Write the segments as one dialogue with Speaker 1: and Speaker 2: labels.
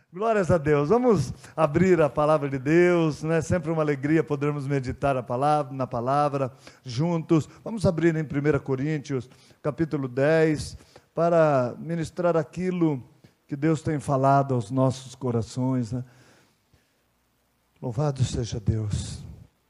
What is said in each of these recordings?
Speaker 1: Glórias a Deus. Vamos abrir a palavra de Deus, né? Sempre uma alegria podermos meditar na palavra juntos. Vamos abrir em 1 Coríntios, capítulo 10, para ministrar aquilo que Deus tem falado aos nossos corações, né? Louvado seja Deus.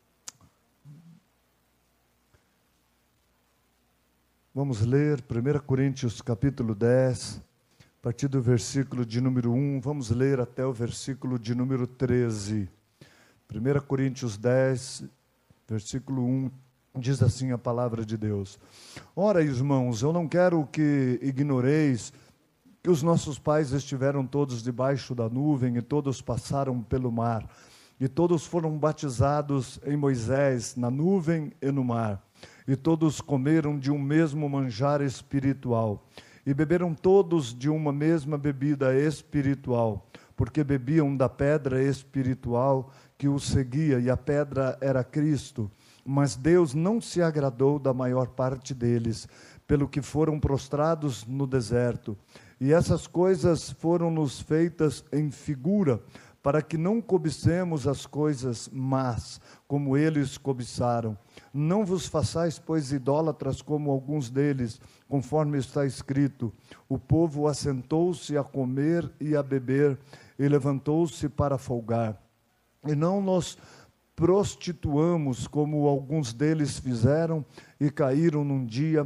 Speaker 1: Vamos ler 1 Coríntios, capítulo 10, a partir do versículo de número 1, vamos ler até o versículo de número 13. 1 Coríntios 10, versículo 1, diz assim a palavra de Deus: Ora, irmãos, eu não quero que ignoreis que os nossos pais estiveram todos debaixo da nuvem e todos passaram pelo mar, e todos foram batizados em Moisés, na nuvem e no mar, e todos comeram de um mesmo manjar espiritual, e beberam todos de uma mesma bebida espiritual, porque bebiam da pedra espiritual que os seguia, e a pedra era Cristo. Mas Deus não se agradou da maior parte deles, pelo que foram prostrados no deserto. E essas coisas foram-nos feitas em figura, para que não cobicemos as coisas más, como eles cobiçaram. Não vos façais, pois, idólatras como alguns deles, conforme está escrito: o povo assentou-se a comer e a beber, e levantou-se para folgar. E não nos prostituamos, como alguns deles fizeram, e caíram num dia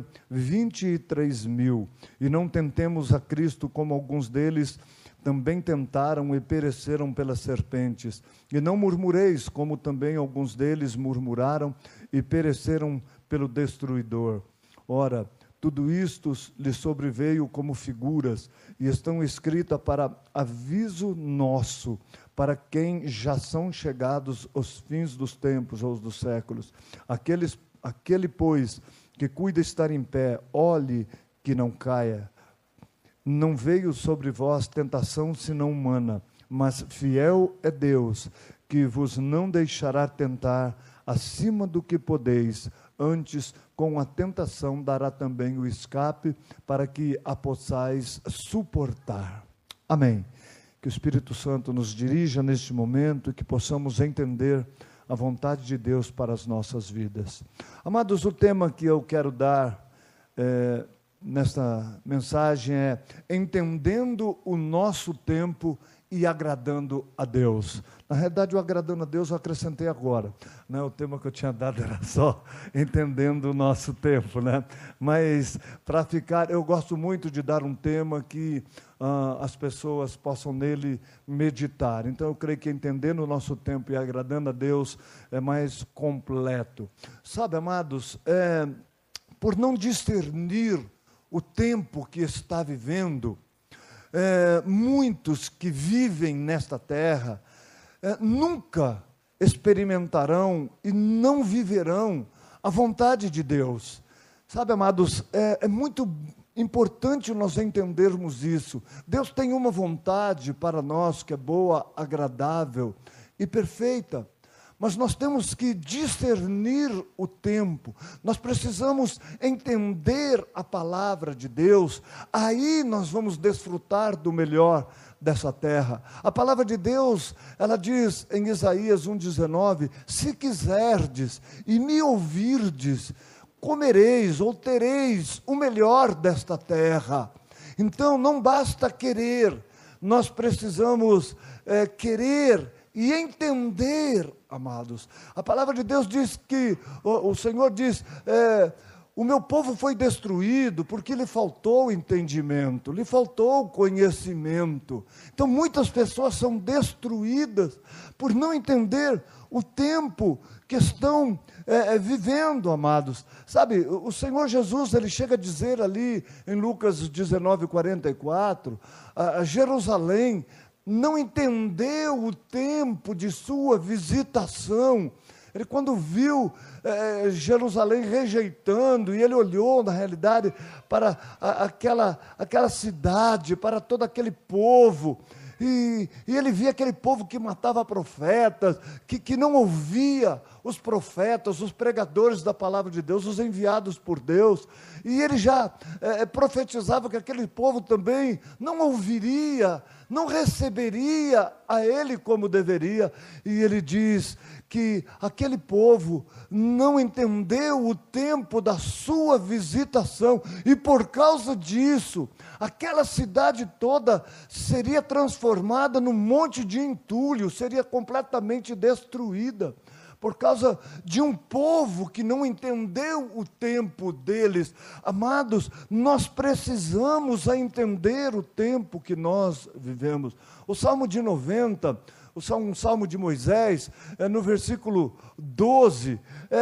Speaker 1: 23.000. E não tentemos a Cristo, como alguns deles também tentaram e pereceram pelas serpentes. E não murmureis, como também alguns deles murmuraram e pereceram pelo destruidor. Ora, tudo isto lhes sobreveio como figuras, e estão escritas para aviso nosso, para quem já são chegados os fins dos tempos ou dos séculos. Aquele, pois, que cuida estar em pé, olhe que não caia. Não veio sobre vós tentação senão humana, mas fiel é Deus, que vos não deixará tentar acima do que podeis, antes com a tentação dará também o escape, para que a possais suportar. Amém. Que o Espírito Santo nos dirija neste momento e que possamos entender a vontade de Deus para as nossas vidas. Amados, o tema que eu quero dar nesta mensagem é entendendo o nosso tempo e agradando a Deus. Na realidade, o agradando a Deus eu acrescentei agora, né? O tema que eu tinha dado era só entendendo o nosso tempo, né? Mas para ficar, eu gosto muito de dar um tema que as pessoas possam nele meditar. Então eu creio que entendendo o nosso tempo e agradando a Deus é mais completo. Sabe, amados, por não discernir o tempo que está vivendo, muitos que vivem nesta terra nunca experimentarão e não viverão a vontade de Deus. Sabe, amados, é muito importante nós entendermos isso. Deus tem uma vontade para nós que é boa, agradável e perfeita. Mas nós temos que discernir o tempo, nós precisamos entender a palavra de Deus, aí nós vamos desfrutar do melhor dessa terra. A palavra de Deus, ela diz em Isaías 1,19, se quiserdes e me ouvirdes, comereis ou tereis o melhor desta terra. Então não basta querer, nós precisamos querer e entender, amados. A palavra de Deus diz que, o Senhor diz, o meu povo foi destruído porque lhe faltou entendimento, lhe faltou conhecimento. Então muitas pessoas são destruídas por não entender o tempo que estão vivendo, amados. Sabe, o Senhor Jesus, ele chega a dizer ali em Lucas 19:44, Jerusalém não entendeu o tempo de sua visitação. Ele, quando viu Jerusalém rejeitando, e ele olhou na realidade para aquela cidade, para todo aquele povo, e ele via aquele povo que matava profetas, que não ouvia os profetas, os pregadores da palavra de Deus, os enviados por Deus, e ele já profetizava que aquele povo também não ouviria, não receberia a ele como deveria, e ele diz que aquele povo não entendeu o tempo da sua visitação, e por causa disso, aquela cidade toda seria transformada num monte de entulho, seria completamente destruída, por causa de um povo que não entendeu o tempo deles. Amados, nós precisamos entender o tempo que nós vivemos. O Salmo de 90, um salmo de Moisés, no versículo 12,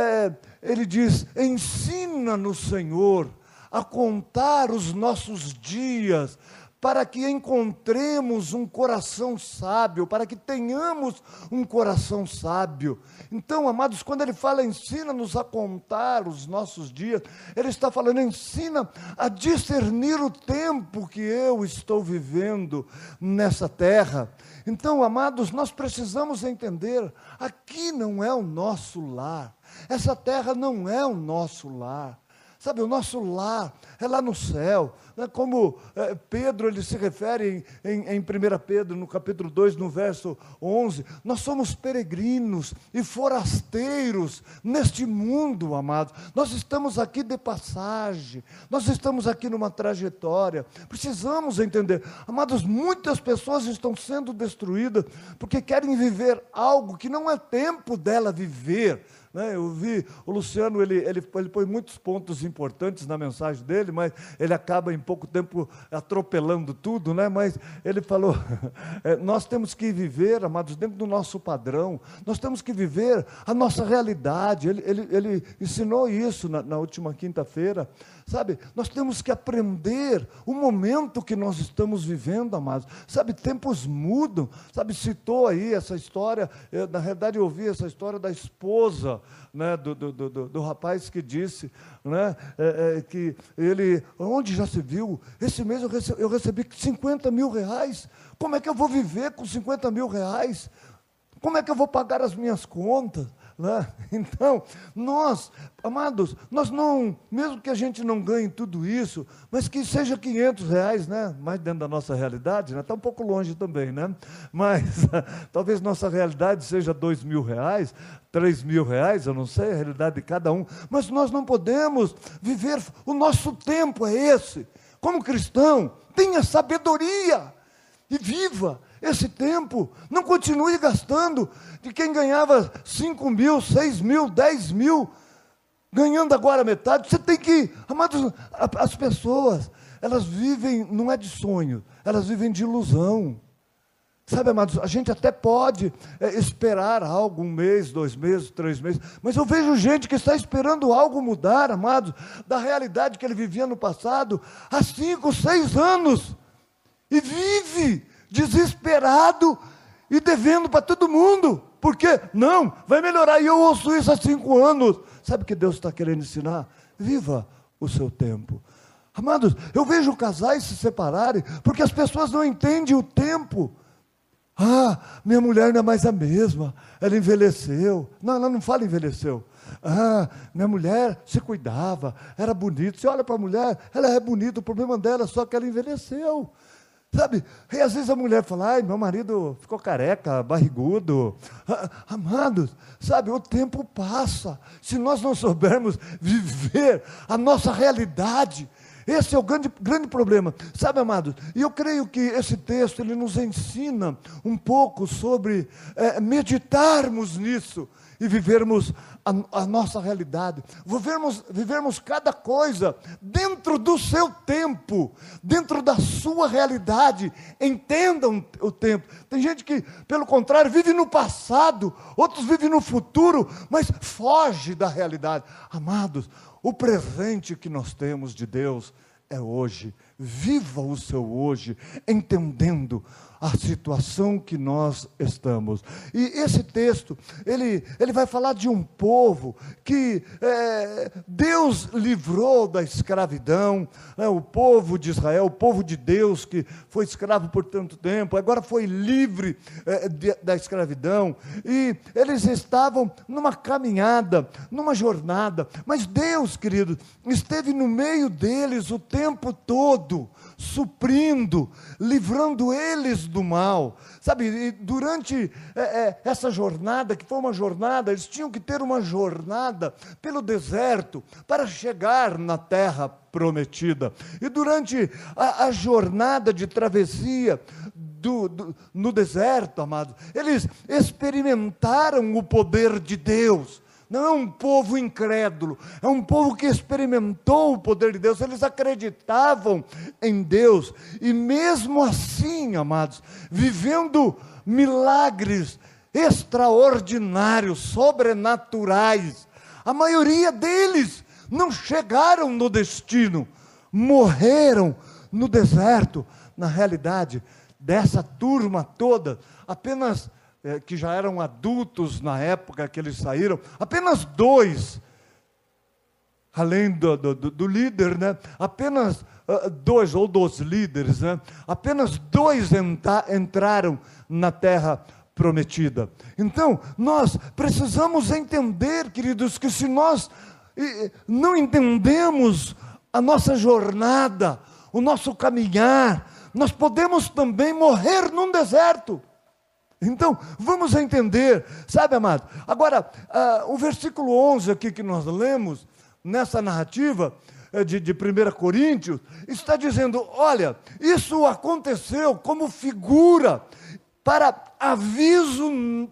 Speaker 1: ele diz: ensina-nos, Senhor, a contar os nossos dias, para que encontremos um coração sábio, para que tenhamos um coração sábio. Então, amados, quando ele fala ensina-nos a contar os nossos dias, ele está falando, ensina a discernir o tempo que eu estou vivendo nessa terra. Então, amados, nós precisamos entender, aqui não é o nosso lar, essa terra não é o nosso lar. Sabe, o nosso lar é lá no céu, né? Como Pedro, ele se refere em 1 Pedro, no capítulo 2, no verso 11, nós somos peregrinos e forasteiros neste mundo, amados. Nós estamos aqui de passagem, nós estamos aqui numa trajetória, precisamos entender. Amados, muitas pessoas estão sendo destruídas porque querem viver algo que não é tempo dela viver. Eu vi o Luciano, ele põe muitos pontos importantes na mensagem dele, mas ele acaba em pouco tempo atropelando tudo, mas ele falou, nós temos que viver, amados, dentro do nosso padrão, nós temos que viver a nossa realidade. Ele ensinou isso na última quinta-feira, sabe, nós temos que aprender o momento que nós estamos vivendo, amados, sabe, tempos mudam, sabe, citou aí essa história, na realidade eu ouvi essa história da esposa, do rapaz que disse, que ele, onde já se viu, esse mês eu recebi 50 mil reais, como é que eu vou viver com 50 mil reais? Como é que eu vou pagar as minhas contas? Então, nós, amados, nós não, mesmo que a gente não ganhe tudo isso, mas que seja 500 reais, mais dentro da nossa realidade, está um pouco longe também, mas talvez nossa realidade seja 2 mil reais, 3 mil reais, eu não sei a realidade de cada um, mas nós não podemos viver, o nosso tempo é esse. Como cristão, tenha sabedoria e viva esse tempo, não continue gastando de quem ganhava 5 mil, 6 mil, 10 mil, ganhando agora metade. Você tem que, amados, as pessoas, elas vivem, não é de sonho, elas vivem de ilusão. Sabe, amados, a gente até pode esperar algo, 1 mês, 2 meses, 3 meses, mas eu vejo gente que está esperando algo mudar, amados, da realidade que ele vivia no passado, há 5, 6 anos, e vive desesperado e devendo para todo mundo, porque não, vai melhorar, e eu ouço isso há 5 anos, sabe o que Deus está querendo ensinar? Viva o seu tempo. Amados, eu vejo casais se separarem, porque as pessoas não entendem o tempo. Minha mulher não é mais a mesma, ela envelheceu. Não, ela não fala envelheceu. Minha mulher se cuidava, era bonita. Você olha para a mulher, ela é bonita, o problema dela é só que ela envelheceu. Sabe, e às vezes a mulher fala, meu marido ficou careca, barrigudo. Amados, sabe, o tempo passa. Se nós não soubermos viver a nossa realidade, esse é o grande problema. Sabe, amados, e eu creio que esse texto, ele nos ensina um pouco sobre meditarmos nisso e vivermos a nossa realidade, vivermos cada coisa dentro do seu tempo, dentro da sua realidade. Entendam o tempo. Tem gente que, pelo contrário, vive no passado, outros vivem no futuro, mas foge da realidade. Amados, o presente que nós temos de Deus é hoje. Viva o seu hoje, entendendo a situação que nós estamos. E esse texto, ele vai falar de um povo que Deus livrou da escravidão, o povo de Israel, o povo de Deus, que foi escravo por tanto tempo, agora foi livre da escravidão, e eles estavam numa caminhada, numa jornada, mas Deus, querido, esteve no meio deles o tempo todo, suprindo, livrando eles do mal, sabe, e durante essa jornada, que foi uma jornada, eles tinham que ter uma jornada pelo deserto, para chegar na terra prometida, e durante a jornada de travessia, no deserto, amados, eles experimentaram o poder de Deus. Não é um povo incrédulo, é um povo que experimentou o poder de Deus, eles acreditavam em Deus, e mesmo assim, amados, vivendo milagres extraordinários, sobrenaturais, a maioria deles não chegaram no destino, morreram no deserto. Na realidade, dessa turma toda, apenas que já eram adultos na época que eles saíram, apenas 2, além do líder, né? Apenas 2, ou dos líderes, né? Apenas 2 entraram na terra prometida. Então, nós precisamos entender, queridos, que se nós não entendemos a nossa jornada, o nosso caminhar, nós podemos também morrer num deserto. Então, vamos entender, sabe, amado? Agora, o versículo 11 aqui que nós lemos, nessa narrativa de 1 Coríntios, está dizendo, olha, isso aconteceu como figura, para aviso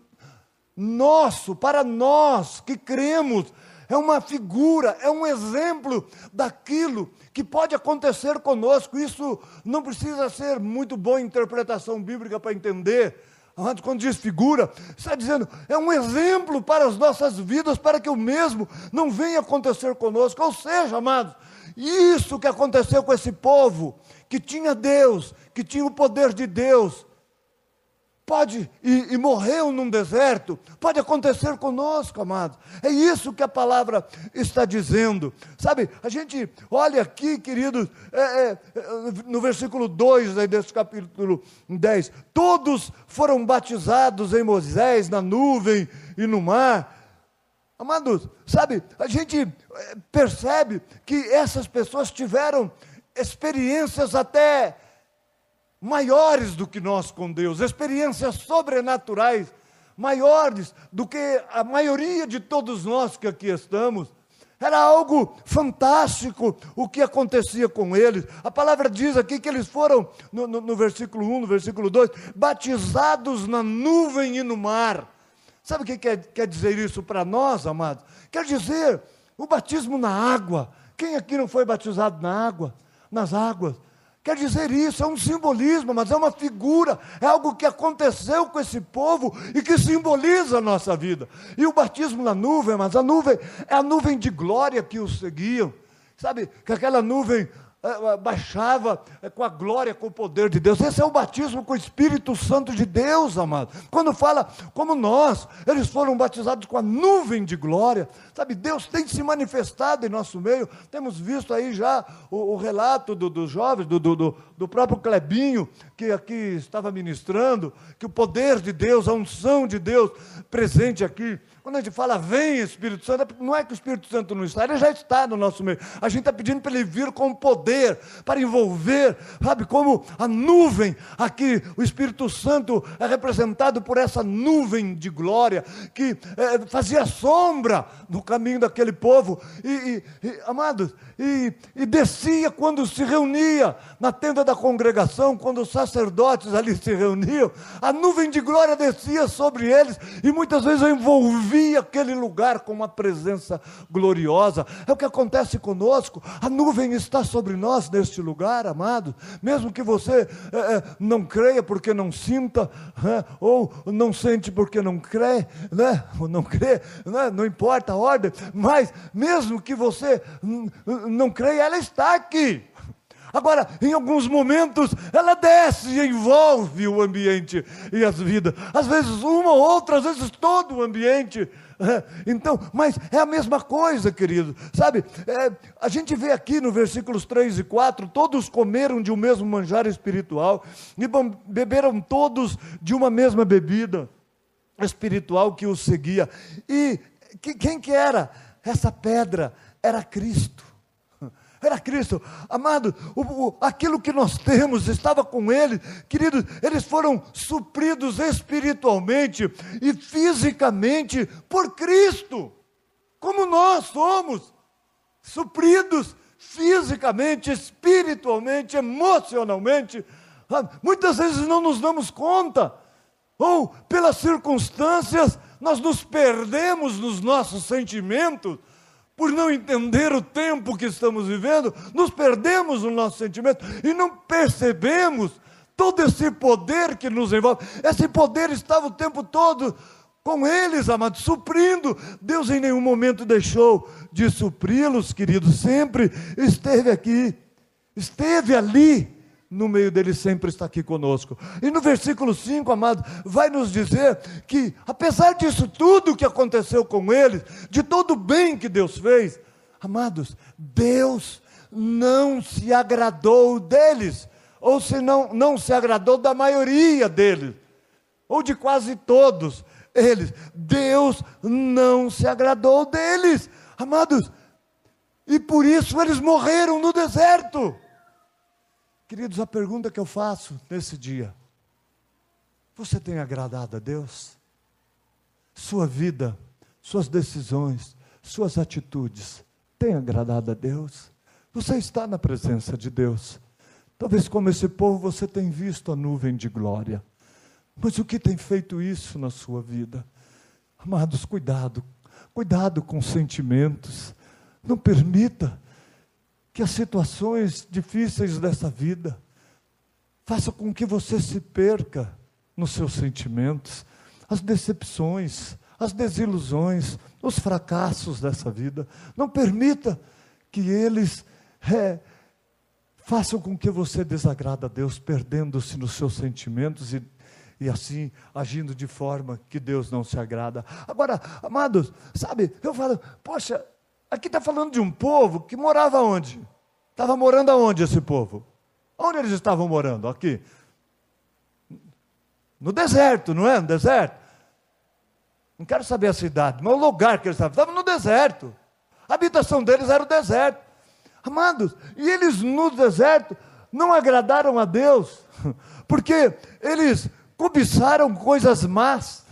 Speaker 1: nosso, para nós que cremos, é uma figura, é um exemplo daquilo que pode acontecer conosco. Isso não precisa ser muito boa interpretação bíblica para entender. Quando diz figura, está dizendo, é um exemplo para as nossas vidas, para que o mesmo não venha acontecer conosco. Ou seja, amados, isso que aconteceu com esse povo, que tinha Deus, que tinha o poder de Deus, e morreu num deserto, pode acontecer conosco, amados. É isso que a palavra está dizendo. Sabe, a gente olha aqui, queridos, no versículo 2 aí desse capítulo 10, todos foram batizados em Moisés, na nuvem e no mar. Amados, sabe, a gente percebe que essas pessoas tiveram experiências até maiores do que nós com Deus, experiências sobrenaturais, maiores do que a maioria de todos nós que aqui estamos. Era algo fantástico o que acontecia com eles. A palavra diz aqui que eles foram, no versículo 1, no versículo 2, batizados na nuvem e no mar. Sabe o que quer dizer isso para nós, amados? Quer dizer, o batismo na água. Quem aqui não foi batizado na água? Nas águas? Quer dizer isso, é um simbolismo, mas é uma figura, é algo que aconteceu com esse povo e que simboliza a nossa vida. E o batismo na nuvem, mas a nuvem é a nuvem de glória que os seguiam. Sabe, que aquela nuvem baixava com a glória, com o poder de Deus. Esse é o batismo com o Espírito Santo de Deus, amado. Quando fala como nós, eles foram batizados com a nuvem de glória. Sabe, Deus tem se manifestado em nosso meio. Temos visto aí já o relato dos jovens, do próprio Clebinho, que aqui estava ministrando, que o poder de Deus, a unção de Deus presente aqui. Quando a gente fala, vem Espírito Santo, não é que o Espírito Santo não está, ele já está no nosso meio. A gente está pedindo para ele vir com poder, para envolver, sabe, como a nuvem, aqui o Espírito Santo é representado por essa nuvem de glória, que fazia sombra no caminho daquele povo, amados, e descia quando se reunia na tenda da congregação, quando os sacerdotes ali se reuniam, a nuvem de glória descia sobre eles, e muitas vezes envolvia aquele lugar com uma presença gloriosa. É o que acontece conosco, a nuvem está sobre nós neste lugar, amado, mesmo que você não creia porque não sinta, ou não sente porque não crê, né? Ou não crê, né? Não importa a ordem, mas mesmo que você não creia, ela está aqui. Agora, em alguns momentos, ela desce e envolve o ambiente e as vidas. Às vezes uma ou outra, às vezes todo o ambiente. Então, mas é a mesma coisa, querido. Sabe, a gente vê aqui no versículos 3 e 4, todos comeram de um mesmo manjar espiritual e beberam todos de uma mesma bebida espiritual que os seguia. E quem que era? Essa pedra era Cristo. Era Cristo, amado, aquilo que nós temos estava com Ele, queridos, eles foram supridos espiritualmente e fisicamente por Cristo, como nós somos supridos fisicamente, espiritualmente, emocionalmente. Muitas vezes não nos damos conta, ou pelas circunstâncias, nós nos perdemos nos nossos sentimentos, por não entender o tempo que estamos vivendo, nos perdemos no nosso sentimento e não percebemos todo esse poder que nos envolve. Esse poder estava o tempo todo com eles, amados, suprindo. Deus em nenhum momento deixou de supri-los, queridos, sempre esteve aqui, esteve ali. No meio deles sempre está aqui conosco. E no versículo 5, amado, vai nos dizer que, apesar disso tudo que aconteceu com eles, de todo o bem que Deus fez, amados, Deus não se agradou deles, ou se não se agradou da maioria deles, ou de quase todos eles. Deus não se agradou deles, amados, e por isso eles morreram no deserto. Queridos, a pergunta que eu faço nesse dia: você tem agradado a Deus? Sua vida, suas decisões, suas atitudes, tem agradado a Deus? Você está na presença de Deus? Talvez como esse povo você tem visto a nuvem de glória, mas o que tem feito isso na sua vida? Amados, cuidado com sentimentos, não permita que as situações difíceis dessa vida façam com que você se perca nos seus sentimentos, as decepções, as desilusões, os fracassos dessa vida. Não permita que eles façam com que você desagrade a Deus, perdendo-se nos seus sentimentos e assim agindo de forma que Deus não se agrada. Agora, amados, sabe, eu falo, poxa, aqui está falando de um povo que morava onde? Estava morando aonde esse povo? Onde eles estavam morando? Aqui. No deserto, não é? No deserto. Não quero saber a cidade, mas o lugar que eles estavam no deserto. A habitação deles era o deserto. Amados, e eles no deserto não agradaram a Deus, porque eles cobiçaram coisas más.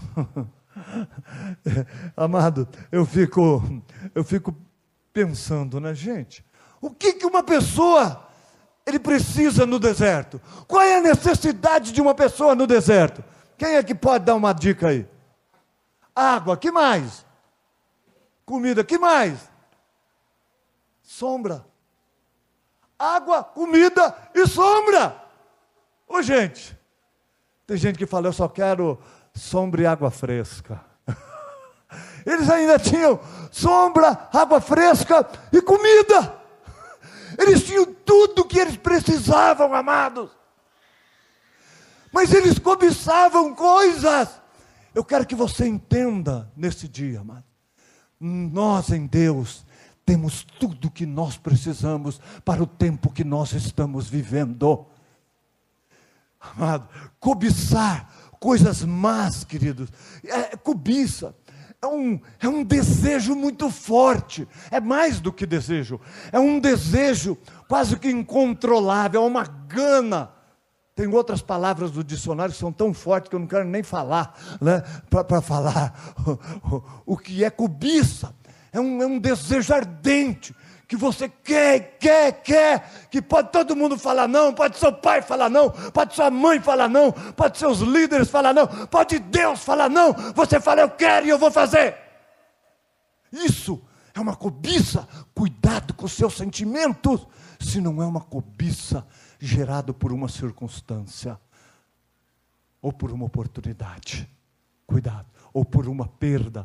Speaker 1: Amado, eu fico pensando, né, gente? O que uma pessoa ele precisa no deserto? Qual é a necessidade de uma pessoa no deserto? Quem é que pode dar uma dica aí? Água, que mais? Comida, que mais? Sombra. Água, comida e sombra. Ô gente, tem gente que fala, eu só quero sombra e água fresca. Eles ainda tinham sombra, água fresca e comida. Eles tinham tudo que eles precisavam, amados. Mas eles cobiçavam coisas. Eu quero que você entenda nesse dia, amado. Nós em Deus temos tudo que nós precisamos para o tempo que nós estamos vivendo. Amado, cobiçar coisas más, queridos, cobiça. É um desejo muito forte, é mais do que desejo, é um desejo quase que incontrolável, é uma gana. Tem outras palavras do dicionário que são tão fortes que eu não quero nem falar, né, para falar o que é cobiça. É um desejo ardente, que você quer, que pode todo mundo falar não, pode seu pai falar não, pode sua mãe falar não, pode seus líderes falar não, pode Deus falar não, você fala eu quero e eu vou fazer. Isso é uma cobiça. Cuidado com os seus sentimentos, se não é uma cobiça gerada por uma circunstância, ou por uma oportunidade, cuidado, ou por uma perda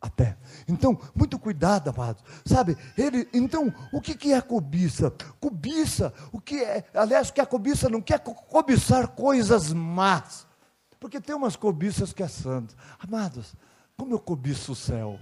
Speaker 1: Até. Então, muito cuidado, amados. Sabe, então, o que é cobiça? Cobiça, aliás, o que é cobiça? Não quer cobiçar coisas más. Porque tem umas cobiças que é santo. Amados, como eu cobiço o céu.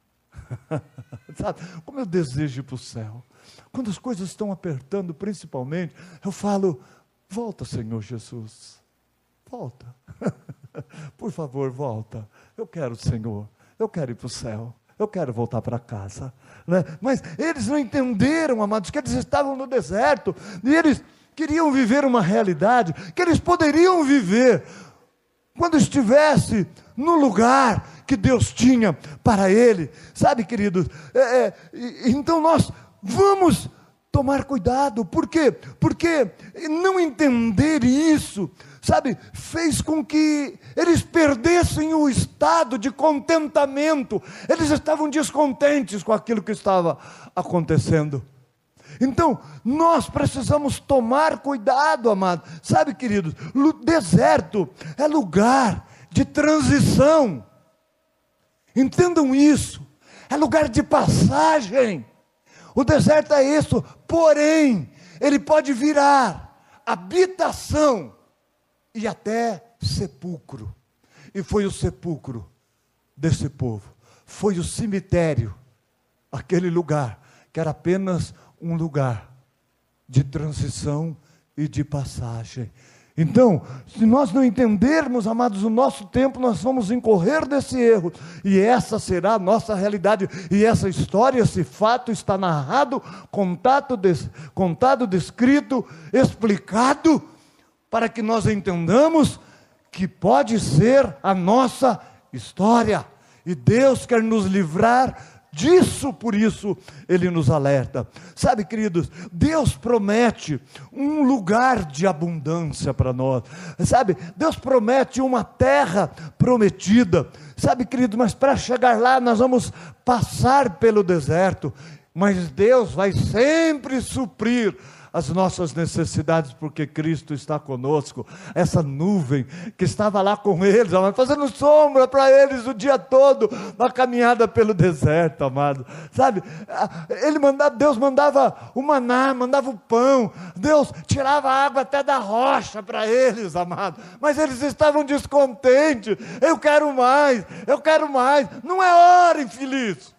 Speaker 1: Sabe, como eu desejo ir para o céu. Quando as coisas estão apertando, principalmente, eu falo, volta, Senhor Jesus. Volta. Por favor, volta. Eu quero, Senhor. Eu quero ir para o céu, eu quero voltar para casa, né? Mas eles não entenderam, amados, que eles estavam no deserto, e eles queriam viver uma realidade, que eles poderiam viver, quando estivesse no lugar que Deus tinha para ele, sabe, queridos, então nós vamos tomar cuidado. Por quê? Porque não entender isso, sabe, fez com que eles perdessem o estado de contentamento. Eles estavam descontentes com aquilo que estava acontecendo. Então, nós precisamos tomar cuidado, amado. Sabe, queridos, deserto é lugar de transição. Entendam isso. É lugar de passagem. O deserto é isso, porém, ele pode virar habitação e até sepulcro. E foi o sepulcro desse povo, foi o cemitério, aquele lugar que era apenas um lugar de transição e de passagem. Então, se nós não entendermos, amados, o nosso tempo, nós vamos incorrer desse erro, e essa será a nossa realidade, e essa história, esse fato está narrado, contado, descrito, explicado, para que nós entendamos que pode ser a nossa história, e Deus quer nos livrar disso. Por isso Ele nos alerta. Sabe, queridos, Deus promete um lugar de abundância para nós, sabe, Deus promete uma terra prometida, sabe, queridos, mas para chegar lá nós vamos passar pelo deserto, mas Deus vai sempre suprir as nossas necessidades, porque Cristo está conosco. Essa nuvem que estava lá com eles, amado, fazendo sombra para eles o dia todo, na caminhada pelo deserto, amado, sabe, Deus mandava o maná, mandava o pão, Deus tirava a água até da rocha para eles, amado, mas eles estavam descontentes. Eu quero mais, não é hora, infeliz,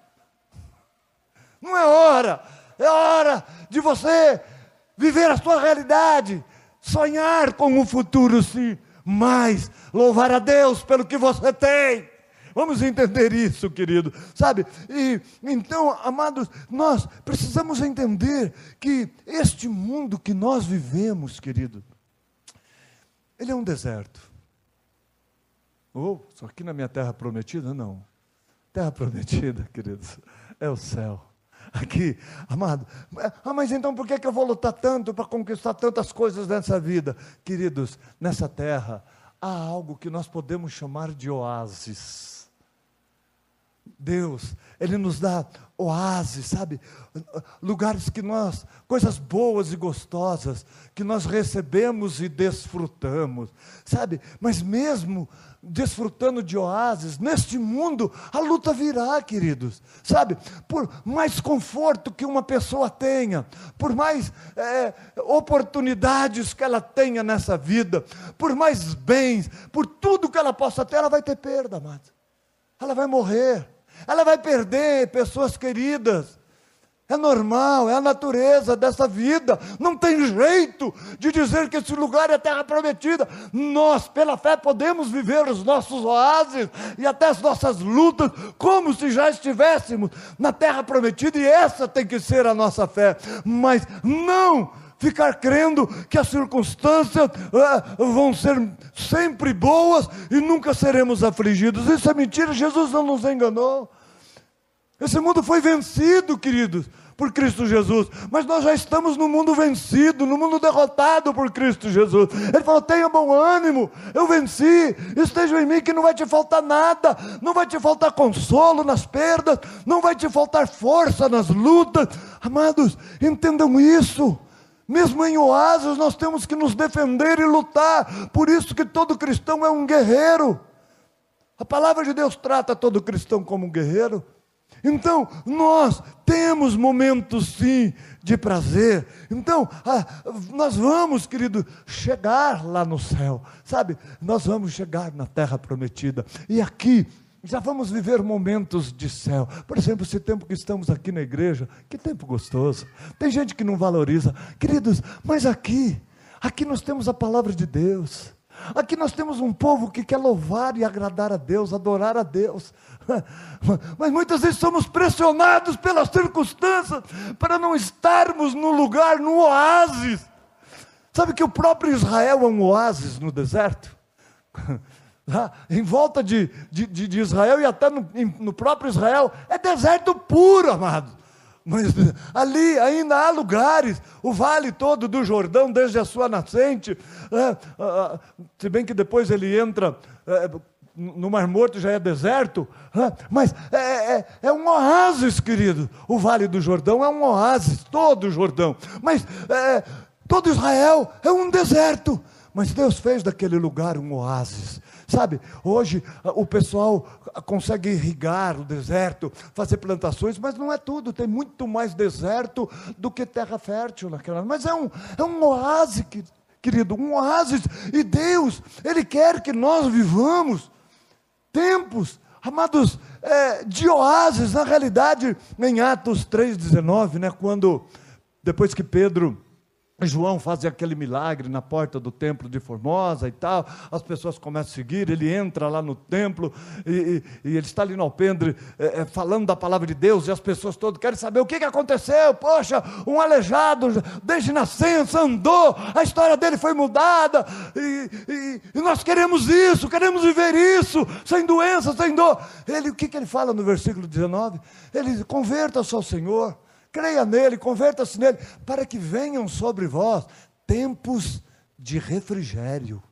Speaker 1: não é hora, é hora de você viver a sua realidade, sonhar com o futuro, sim, mas louvar a Deus pelo que você tem. Vamos entender isso, querido, sabe? E então, amados, nós precisamos entender que este mundo que nós vivemos, querido, ele é um deserto. Só aqui na minha terra prometida? Não. Terra prometida, queridos, é o céu. Aqui, amado, mas então por que eu vou lutar tanto para conquistar tantas coisas nessa vida? Queridos, nessa terra há algo que nós podemos chamar de oásis. Deus, Ele nos dá oásis, sabe, lugares que coisas boas e gostosas, que nós recebemos e desfrutamos, sabe, mas mesmo desfrutando de oásis, neste mundo a luta virá, queridos, sabe, por mais conforto que uma pessoa tenha, por mais oportunidades que ela tenha nessa vida, por mais bens, por tudo que ela possa ter, ela vai ter perda, amado, ela vai morrer, ela vai perder pessoas queridas. É normal, é a natureza dessa vida. Não tem jeito de dizer que esse lugar é terra prometida. Nós, pela fé, podemos viver os nossos oásis e até as nossas lutas, como se já estivéssemos na terra prometida, e essa tem que ser a nossa fé. Mas não ficar crendo que as circunstâncias vão ser sempre boas e nunca seremos afligidos. Isso é mentira, Jesus não nos enganou. Esse mundo foi vencido, queridos, por Cristo Jesus, mas nós já estamos no mundo vencido, no mundo derrotado por Cristo Jesus. Ele falou: tenha bom ânimo, eu venci, esteja em mim que não vai te faltar nada, não vai te faltar consolo nas perdas, não vai te faltar força nas lutas. Amados, entendam isso. Mesmo em oásis nós temos que nos defender e lutar. Por isso que todo cristão é um guerreiro. A palavra de Deus trata todo cristão como um guerreiro. Então, nós temos momentos sim de prazer. Então, nós vamos, querido, chegar lá no céu, sabe? Nós vamos chegar na terra prometida. E aqui, já vamos viver momentos de céu. Por exemplo, esse tempo que estamos aqui na igreja, que tempo gostoso. Tem gente que não valoriza. Queridos, mas aqui nós temos a palavra de Deus. Aqui nós temos um povo que quer louvar e agradar a Deus, adorar a Deus. Mas muitas vezes somos pressionados pelas circunstâncias para não estarmos no lugar, no oásis. Sabe que o próprio Israel é um oásis no deserto? Em volta de Israel e até no próprio Israel, é deserto puro, amado. Mas ali ainda há lugares, o vale todo do Jordão, desde a sua nascente, se bem que depois ele entra no Mar Morto, já é deserto, mas é um oásis, querido. O vale do Jordão é um oásis, todo o Jordão, mas todo Israel é um deserto. Mas Deus fez daquele lugar um oásis. Sabe, hoje o pessoal consegue irrigar o deserto, fazer plantações, mas não é tudo, tem muito mais deserto do que terra fértil naquela. Mas é um oásis, querido, um oásis, e Deus, Ele quer que nós vivamos tempos, amados, de oásis. Na realidade, em Atos 3,19, né, quando, depois que Pedro e João fazem aquele milagre na porta do templo de Formosa e tal, as pessoas começam a seguir, ele entra lá no templo, e ele está ali no alpendre, falando da palavra de Deus, e as pessoas todas querem saber o que aconteceu. Poxa, um aleijado, desde nascença, andou, a história dele foi mudada, e nós queremos isso, queremos viver isso, sem doença, sem dor. O que ele fala no versículo 19? Ele diz: converta-se ao Senhor, creia nele, converta-se nele, para que venham sobre vós tempos de refrigério.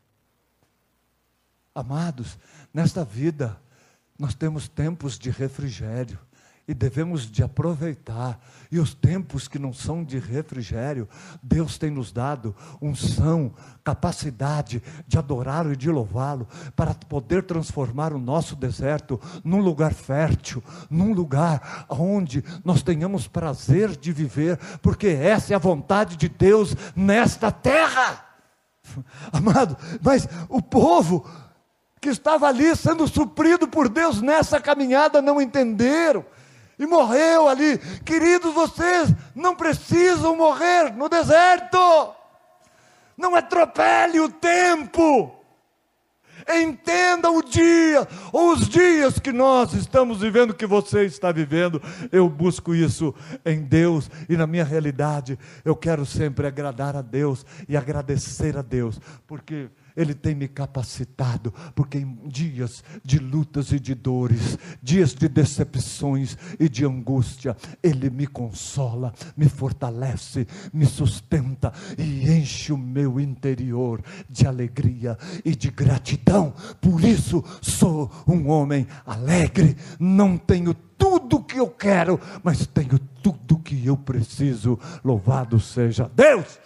Speaker 1: Amados, nesta vida, nós temos tempos de refrigério, e devemos de aproveitar. E os tempos que não são de refrigério, Deus tem nos dado unção, capacidade de adorá-lo e de louvá-lo, para poder transformar o nosso deserto num lugar fértil, num lugar onde nós tenhamos prazer de viver, porque essa é a vontade de Deus nesta terra. Amado, mas o povo que estava ali sendo suprido por Deus nessa caminhada não entenderam, e morreu ali. Queridos, vocês não precisam morrer no deserto. Não atropele o tempo. Entenda o dia, ou os dias que nós estamos vivendo, que você está vivendo. Eu busco isso em Deus, e na minha realidade, eu quero sempre agradar a Deus e agradecer a Deus, porque Ele tem me capacitado, porque em dias de lutas e de dores, dias de decepções e de angústia, Ele me consola, me fortalece, me sustenta e enche o meu interior de alegria e de gratidão. Por isso sou um homem alegre. Não tenho tudo o que eu quero, mas tenho tudo o que eu preciso. Louvado seja Deus!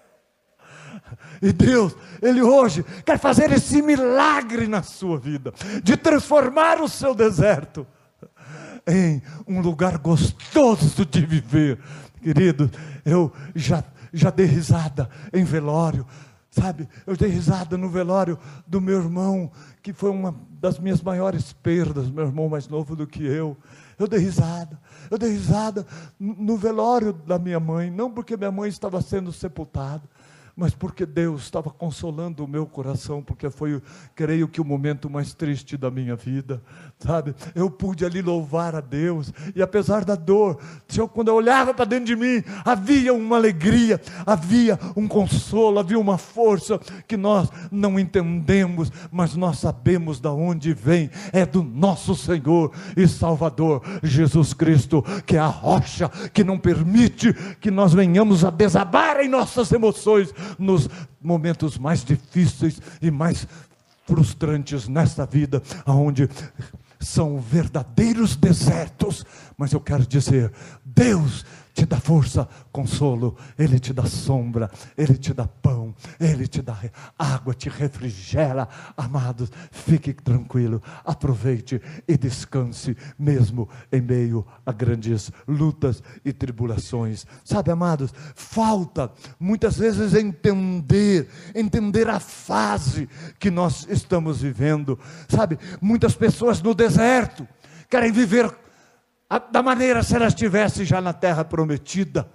Speaker 1: E Deus, Ele hoje quer fazer esse milagre na sua vida, de transformar o seu deserto em um lugar gostoso de viver. Querido, eu já dei risada em velório, sabe? Eu dei risada no velório do meu irmão, que foi uma das minhas maiores perdas, meu irmão mais novo do que eu. Eu dei risada no velório da minha mãe, não porque minha mãe estava sendo sepultada, mas porque Deus estava consolando o meu coração, porque foi, creio que, o momento mais triste da minha vida, sabe? Eu pude ali louvar a Deus, e apesar da dor, quando eu olhava para dentro de mim, havia uma alegria, havia um consolo, havia uma força que nós não entendemos, mas nós sabemos de onde vem. É do nosso Senhor e Salvador Jesus Cristo, que é a rocha que não permite que nós venhamos a desabar em nossas emoções, nos momentos mais difíceis e mais frustrantes nesta vida, onde são verdadeiros desertos. Mas eu quero dizer, Deus te dá força, consolo, Ele te dá sombra, Ele te dá pão, Ele te dá água, te refrigera. Amados, fique tranquilo, aproveite e descanse, mesmo em meio a grandes lutas e tribulações. Sabe, amados, falta muitas vezes entender a fase que nós estamos vivendo. Sabe, muitas pessoas no deserto querem viver da maneira se elas estivessem já na terra prometida.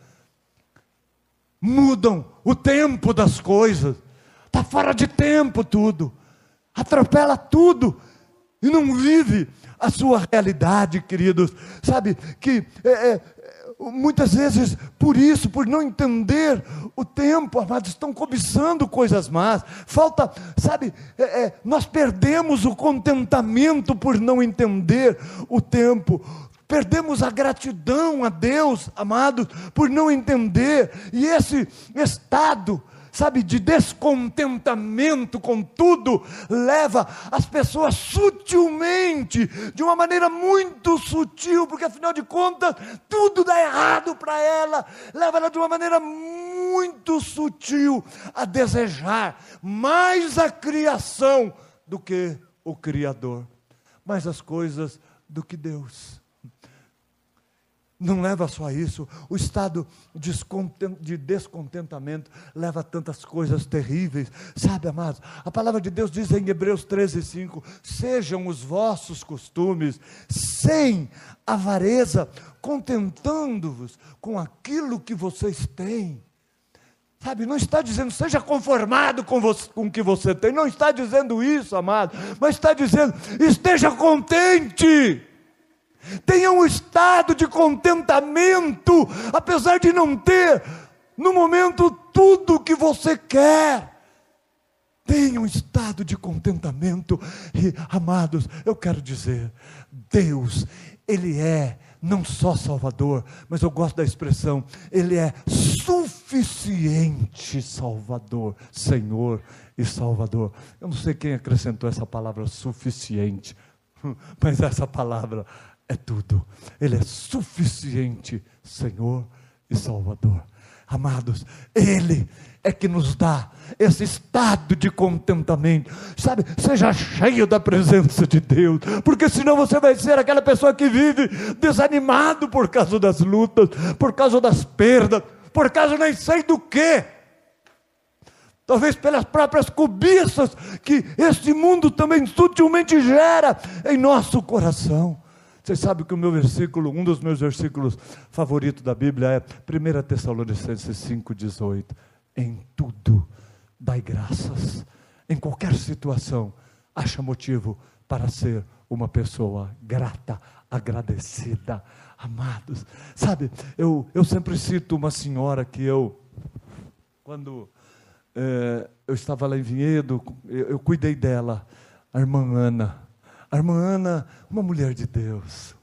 Speaker 1: Mudam o tempo das coisas, está fora de tempo tudo, atropela tudo e não vive a sua realidade, queridos. Sabe que muitas vezes por isso, por não entender o tempo, amados, estão cobiçando coisas más. Falta, sabe, nós perdemos o contentamento por não entender o tempo. Perdemos a gratidão a Deus, amados, por não entender. E esse estado, sabe, de descontentamento com tudo, leva as pessoas sutilmente, de uma maneira muito sutil, porque afinal de contas, tudo dá errado para ela, leva ela de uma maneira muito sutil a desejar mais a criação do que o Criador, mais as coisas do que Deus. Não leva só a isso, o estado de descontentamento leva a tantas coisas terríveis. Sabe, amados, a palavra de Deus diz em Hebreus 13:5, sejam os vossos costumes sem avareza, contentando-vos com aquilo que vocês têm. Sabe, não está dizendo, seja conformado com o que você tem, não está dizendo isso, amado, mas está dizendo, esteja contente. Tenha um estado de contentamento, apesar de não ter, no momento, tudo o que você quer. Tenha um estado de contentamento. E, amados, eu quero dizer, Deus, Ele é não só Salvador, mas eu gosto da expressão, Ele é suficiente Salvador, Senhor e Salvador. Eu não sei quem acrescentou essa palavra suficiente, mas essa palavra é tudo. Ele é suficiente, Senhor e Salvador. Amados, Ele é que nos dá esse estado de contentamento. Sabe, seja cheio da presença de Deus, porque senão você vai ser aquela pessoa que vive desanimado por causa das lutas, por causa das perdas, por causa nem sei do que. Talvez pelas próprias cobiças que este mundo também sutilmente gera em nosso coração. Vocês sabem que um dos meus versículos favoritos da Bíblia é 1 Tessalonicenses 5,18. Em tudo dai graças, em qualquer situação, acha motivo para ser uma pessoa grata, agradecida. Amados, sabe, eu sempre cito uma senhora que quando eu estava lá em Vinhedo, eu cuidei dela, a irmã Ana. A irmã Ana, uma mulher de Deus,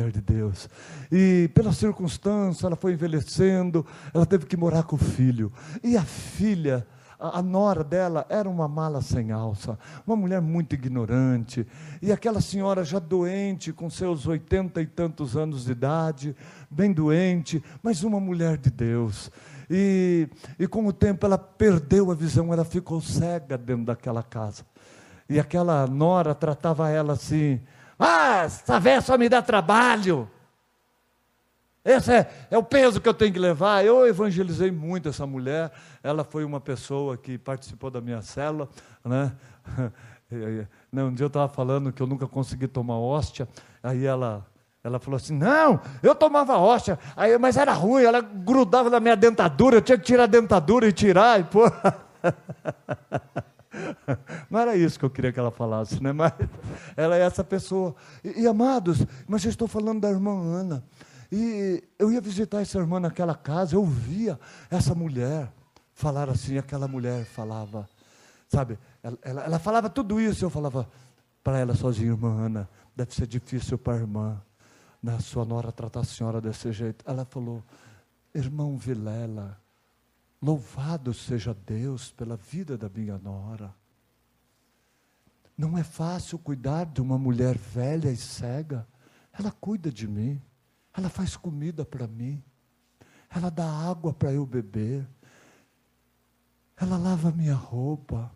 Speaker 1: e pela circunstância, ela foi envelhecendo, ela teve que morar com o filho, e a filha, a nora dela, era uma mala sem alça, uma mulher muito ignorante, e aquela senhora já doente, com seus 80 e tantos anos de idade, bem doente, mas uma mulher de Deus, e com o tempo ela perdeu a visão, ela ficou cega dentro daquela casa. E aquela nora tratava ela assim, essa véia só me dá trabalho, esse é o peso que eu tenho que levar. Eu evangelizei muito essa mulher, ela foi uma pessoa que participou da minha célula, né? Um dia eu estava falando que eu nunca consegui tomar hóstia, aí ela falou assim, não, eu tomava hóstia, mas era ruim, ela grudava na minha dentadura, eu tinha que tirar a dentadura e tirar, e pô... Não era isso que eu queria que ela falasse, né? Mas ela é essa pessoa. E amados, mas eu estou falando da irmã Ana. E eu ia visitar essa irmã naquela casa, eu ouvia essa mulher falar assim, aquela mulher falava, sabe? Ela falava tudo isso, eu falava para ela sozinha, irmã Ana, deve ser difícil para a irmã, a sua nora tratar a senhora desse jeito. Ela falou, irmão Vilela, louvado seja Deus pela vida da minha nora. Não é fácil cuidar de uma mulher velha e cega. Ela cuida de mim. Ela faz comida para mim. ela dá água para eu beber, ela lava minha roupa.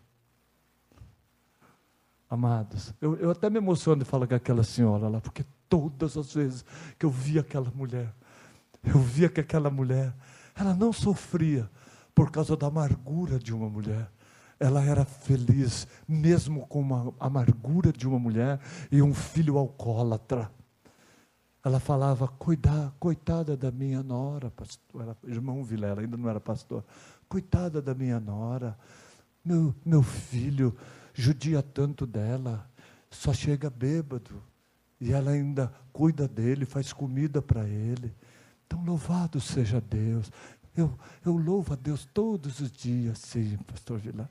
Speaker 1: Amados, eu até me emociono de falar com aquela senhora lá, porque todas as vezes que eu via aquela mulher, eu via que aquela mulher, ela não sofria por causa da amargura de uma mulher. Ela era feliz, mesmo com a amargura de uma mulher e um filho alcoólatra. Ela falava, coitada da minha nora, pastor, era irmão Vilela, ainda não era pastor. Coitada da minha nora, meu filho judia tanto dela, só chega bêbado, e ela ainda cuida dele, faz comida para ele. Então louvado seja Deus. Eu louvo a Deus todos os dias, sim, pastor Vilela.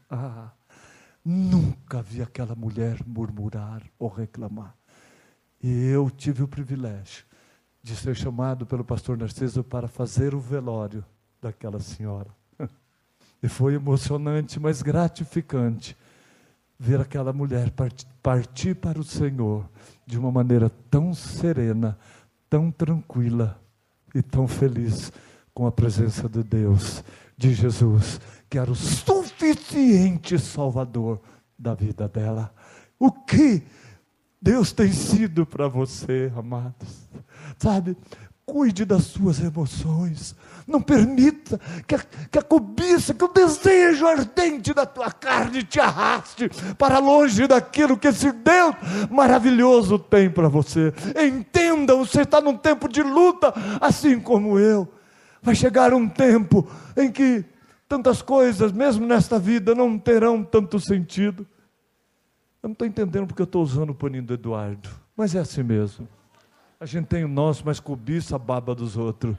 Speaker 1: Nunca vi aquela mulher murmurar ou reclamar. E eu tive o privilégio de ser chamado pelo pastor Narciso para fazer o velório daquela senhora. E foi emocionante, mas gratificante, ver aquela mulher partir para o Senhor de uma maneira tão serena, tão tranquila e tão feliz com a presença de Deus, de Jesus, que era o suficiente Salvador da vida dela. O que Deus tem sido para você, amados? Sabe, cuide das suas emoções, não permita que a cobiça, que o desejo ardente da tua carne te arraste para longe daquilo que esse Deus maravilhoso tem para você. Entenda, você está num tempo de luta, assim como eu. Vai chegar um tempo em que tantas coisas, mesmo nesta vida, não terão tanto sentido. Eu não estou entendendo porque eu estou usando o paninho do Eduardo, mas é assim mesmo. A gente tem o nosso, mas cobiça a baba dos outros.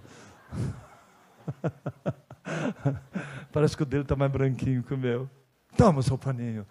Speaker 1: Parece que o dele está mais branquinho que o meu. Toma o seu paninho.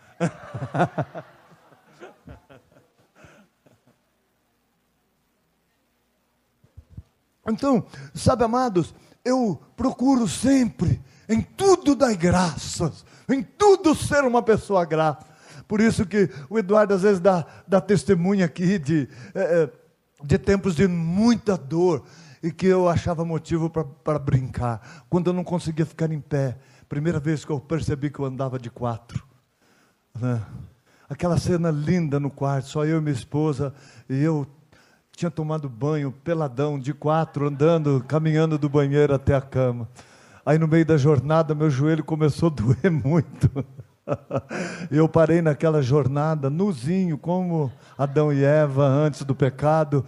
Speaker 1: Então, sabe, amados, eu procuro sempre, em tudo dar graças, em tudo ser uma pessoa grata. Por isso que o Eduardo às vezes dá testemunha aqui de tempos de muita dor, e que eu achava motivo para brincar, quando eu não conseguia ficar em pé. Primeira vez que eu percebi que eu andava de 4, né? Aquela cena linda no quarto, só eu e minha esposa, e eu tinha tomado banho, peladão, de 4, andando, caminhando do banheiro até a cama. Aí no meio da jornada, meu joelho começou a doer muito. Eu parei naquela jornada, nuzinho, como Adão e Eva antes do pecado.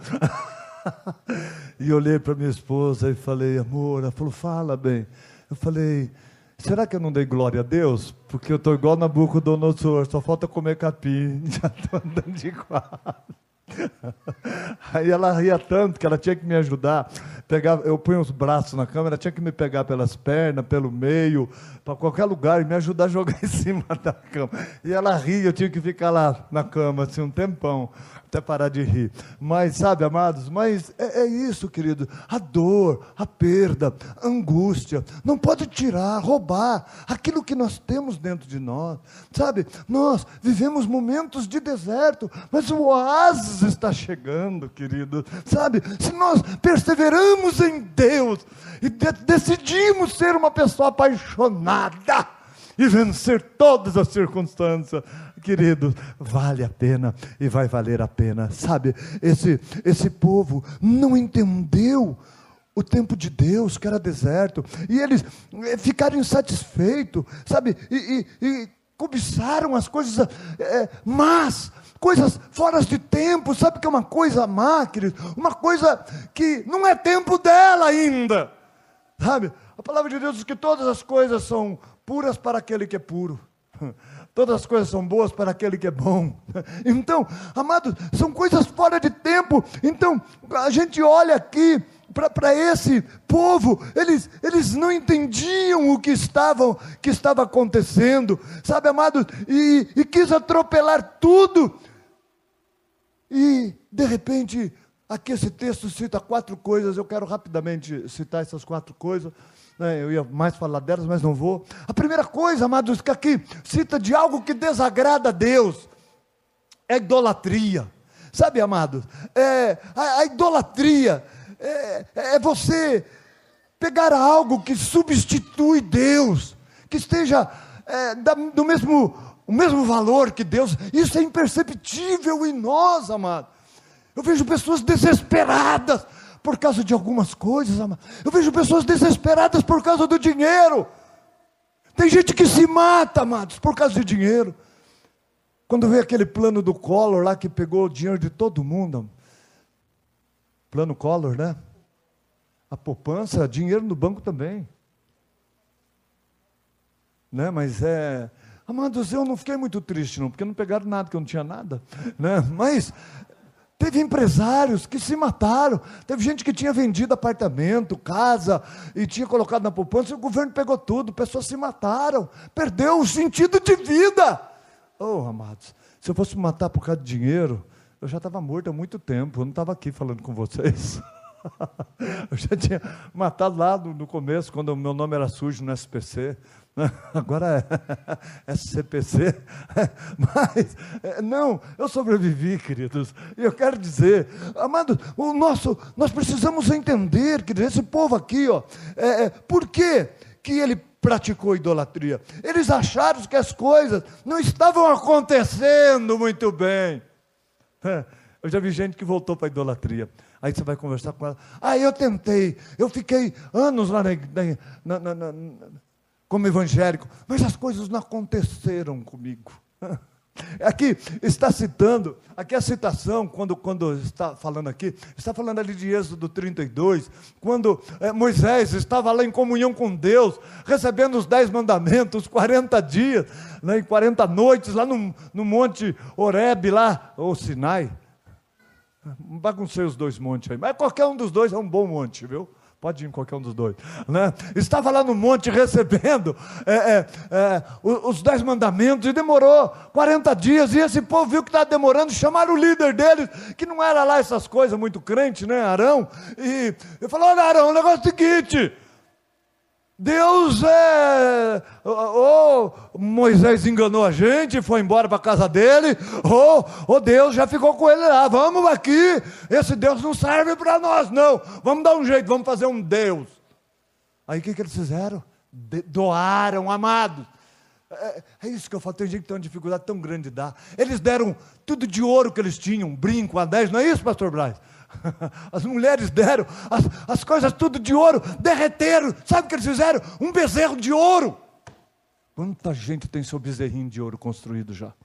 Speaker 1: E olhei para minha esposa e falei, amor, ela falou, fala bem. Eu falei, será que eu não dei glória a Deus? Porque eu estou igual Nabucodonosor, só falta comer capim, já estou andando de 4. Aí ela ria tanto que ela tinha que me ajudar. Eu punha os braços na cama, ela tinha que me pegar pelas pernas, pelo meio, para qualquer lugar, e me ajudar a jogar em cima da cama. E ela ria, eu tinha que ficar lá na cama assim um tempão, até parar de rir. Mas sabe, amados, é isso, querido. A dor, a perda, a angústia não pode tirar, roubar aquilo que nós temos dentro de nós. Sabe, nós vivemos momentos de deserto, mas o oásis está chegando, querido. Sabe, se nós perseveramos em Deus e decidimos ser uma pessoa apaixonada e vencer todas as circunstâncias, querido, vale a pena e vai valer a pena. Sabe, esse povo não entendeu o tempo de Deus, que era deserto, e eles ficaram insatisfeitos, sabe, e cobiçaram as coisas más, coisas fora de tempo. Sabe que é uma coisa má, querido? Uma coisa que não é tempo dela ainda. Sabe? A palavra de Deus diz que todas as coisas são puras para aquele que é puro. Todas as coisas são boas para aquele que é bom. Então, amados, são coisas fora de tempo. Então, a gente olha aqui para esse povo, eles não entendiam o que estava acontecendo, sabe, amados, e quis atropelar tudo. E, de repente, aqui esse texto cita 4 coisas, eu quero rapidamente citar essas 4 coisas, né? Eu ia mais falar delas, mas não vou. A primeira coisa, amados, que aqui cita de algo que desagrada a Deus, é idolatria. Sabe, amados, a idolatria é você pegar algo que substitui Deus, que esteja do mesmo valor que Deus, isso é imperceptível em nós, amado. Eu vejo pessoas desesperadas por causa de algumas coisas, amado. Eu vejo pessoas desesperadas por causa do dinheiro. Tem gente que se mata, amados, por causa de dinheiro. Quando veio aquele plano do Collor lá, que pegou o dinheiro de todo mundo, plano Collor, né? A poupança, dinheiro no banco também. Né? Mas amados, eu não fiquei muito triste não, porque não pegaram nada, que eu não tinha nada. Né? Mas teve empresários que se mataram, teve gente que tinha vendido apartamento, casa, e tinha colocado na poupança, e o governo pegou tudo, pessoas se mataram, perdeu o sentido de vida. Oh, amados, se eu fosse me matar por causa de dinheiro, eu já estava morto há muito tempo, eu não estava aqui falando com vocês. Eu já tinha matado lá no começo, quando o meu nome era sujo no SPC, agora é SCPC, mas não, eu sobrevivi, queridos, e eu quero dizer, amados, nós precisamos entender, queridos, esse povo aqui, por que ele praticou idolatria? Eles acharam que as coisas não estavam acontecendo muito bem. Eu já vi gente que voltou para a idolatria. Aí você vai conversar com ela. Eu tentei, eu fiquei anos lá como evangélico, mas as coisas não aconteceram comigo. Aqui está citando, aqui a citação, quando está falando aqui, está falando ali de Êxodo 32, quando Moisés estava lá em comunhão com Deus, recebendo os 10 mandamentos, 40 dias, né, e 40 noites, lá no monte Horebe, lá, ou Sinai. Baguncei os dois montes aí, mas qualquer um dos dois é um bom monte, viu? Pode ir em qualquer um dos dois, né? Estava lá no monte recebendo os 10 mandamentos, e demorou 40 dias, e esse povo viu que estava demorando, chamaram o líder deles, que não era lá essas coisas muito crente, né, Arão, e ele falou: olha, Arão, o negócio é o seguinte, Deus ou Moisés enganou a gente, foi embora para a casa dele, ou Deus já ficou com ele lá, vamos aqui, esse Deus não serve para nós não, vamos dar um jeito, vamos fazer um Deus. Aí o que eles fizeram? Doaram, amados. É isso que eu falo, tem gente que tem uma dificuldade tão grande de dar. Eles deram tudo de ouro que eles tinham, brinco, anéis, não é isso, pastor Braz? As mulheres deram as coisas tudo de ouro, derreteram. Sabe o que eles fizeram? Um bezerro de ouro. Quanta gente tem seu bezerrinho de ouro construído já?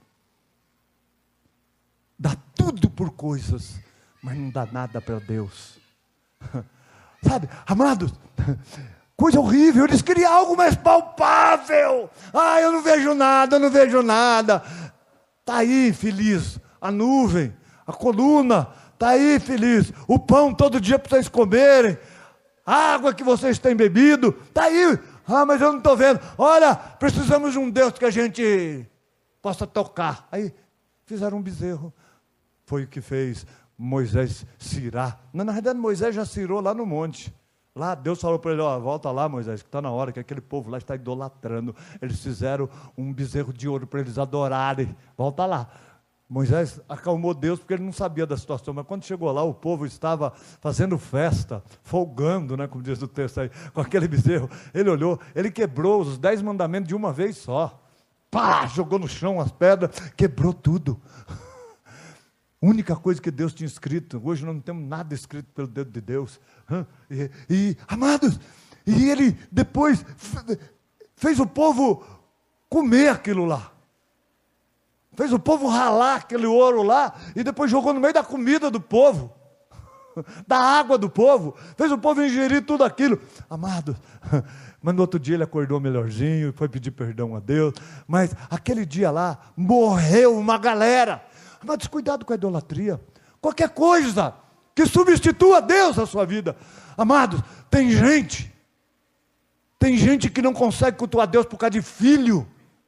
Speaker 1: Dá tudo por coisas, mas não dá nada para Deus. Sabe, amados, coisa horrível. Eles queriam algo mais palpável. Eu não vejo nada, eu não vejo nada. Está aí, feliz, a nuvem, a coluna. Está aí, feliz, o pão todo dia para vocês comerem, a água que vocês têm bebido, está aí. Mas eu não estou vendo. Olha, precisamos de um Deus que a gente possa tocar. Aí fizeram um bezerro. Foi o que fez Moisés cirar. Na verdade, Moisés já cirou lá no monte. Lá Deus falou para ele: volta lá, Moisés, que está na hora, que aquele povo lá está idolatrando. Eles fizeram um bezerro de ouro para eles adorarem. Volta lá. Moisés acalmou Deus, porque ele não sabia da situação, mas quando chegou lá, o povo estava fazendo festa, folgando, né, como diz o texto aí, com aquele bezerro. Ele olhou, ele quebrou os 10 mandamentos de uma vez só. Pá, jogou no chão as pedras, quebrou tudo. Única coisa que Deus tinha escrito, hoje nós não temos nada escrito pelo dedo de Deus. Amados, e ele depois fez o povo comer aquilo lá. Fez o povo ralar aquele ouro lá, e depois jogou no meio da comida do povo, da água do povo, fez o povo ingerir tudo aquilo. Amado, mas no outro dia ele acordou melhorzinho, foi pedir perdão a Deus, mas aquele dia lá, morreu uma galera. Mas cuidado com a idolatria, qualquer coisa que substitua Deus na sua vida. Amados, tem gente que não consegue cultuar Deus por causa de filho.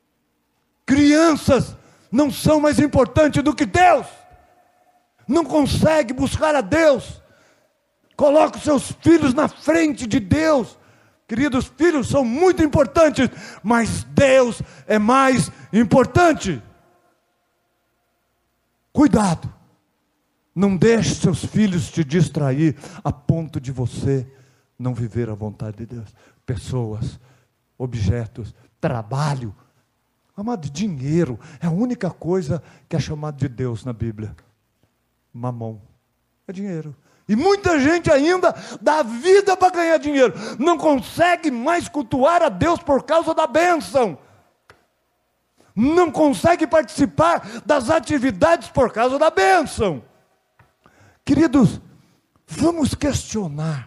Speaker 1: Crianças não são mais importantes do que Deus, não consegue buscar a Deus, coloca os seus filhos na frente de Deus. Queridos, filhos são muito importantes, mas Deus é mais importante. Cuidado, não deixe seus filhos te distrair a ponto de você não viver a vontade de Deus. Pessoas, objetos, trabalho. Amado, dinheiro é a única coisa que é chamada de Deus na Bíblia. Mamon. É dinheiro. E muita gente ainda dá vida para ganhar dinheiro. Não consegue mais cultuar a Deus por causa da bênção. Não consegue participar das atividades por causa da bênção. Queridos, vamos questionar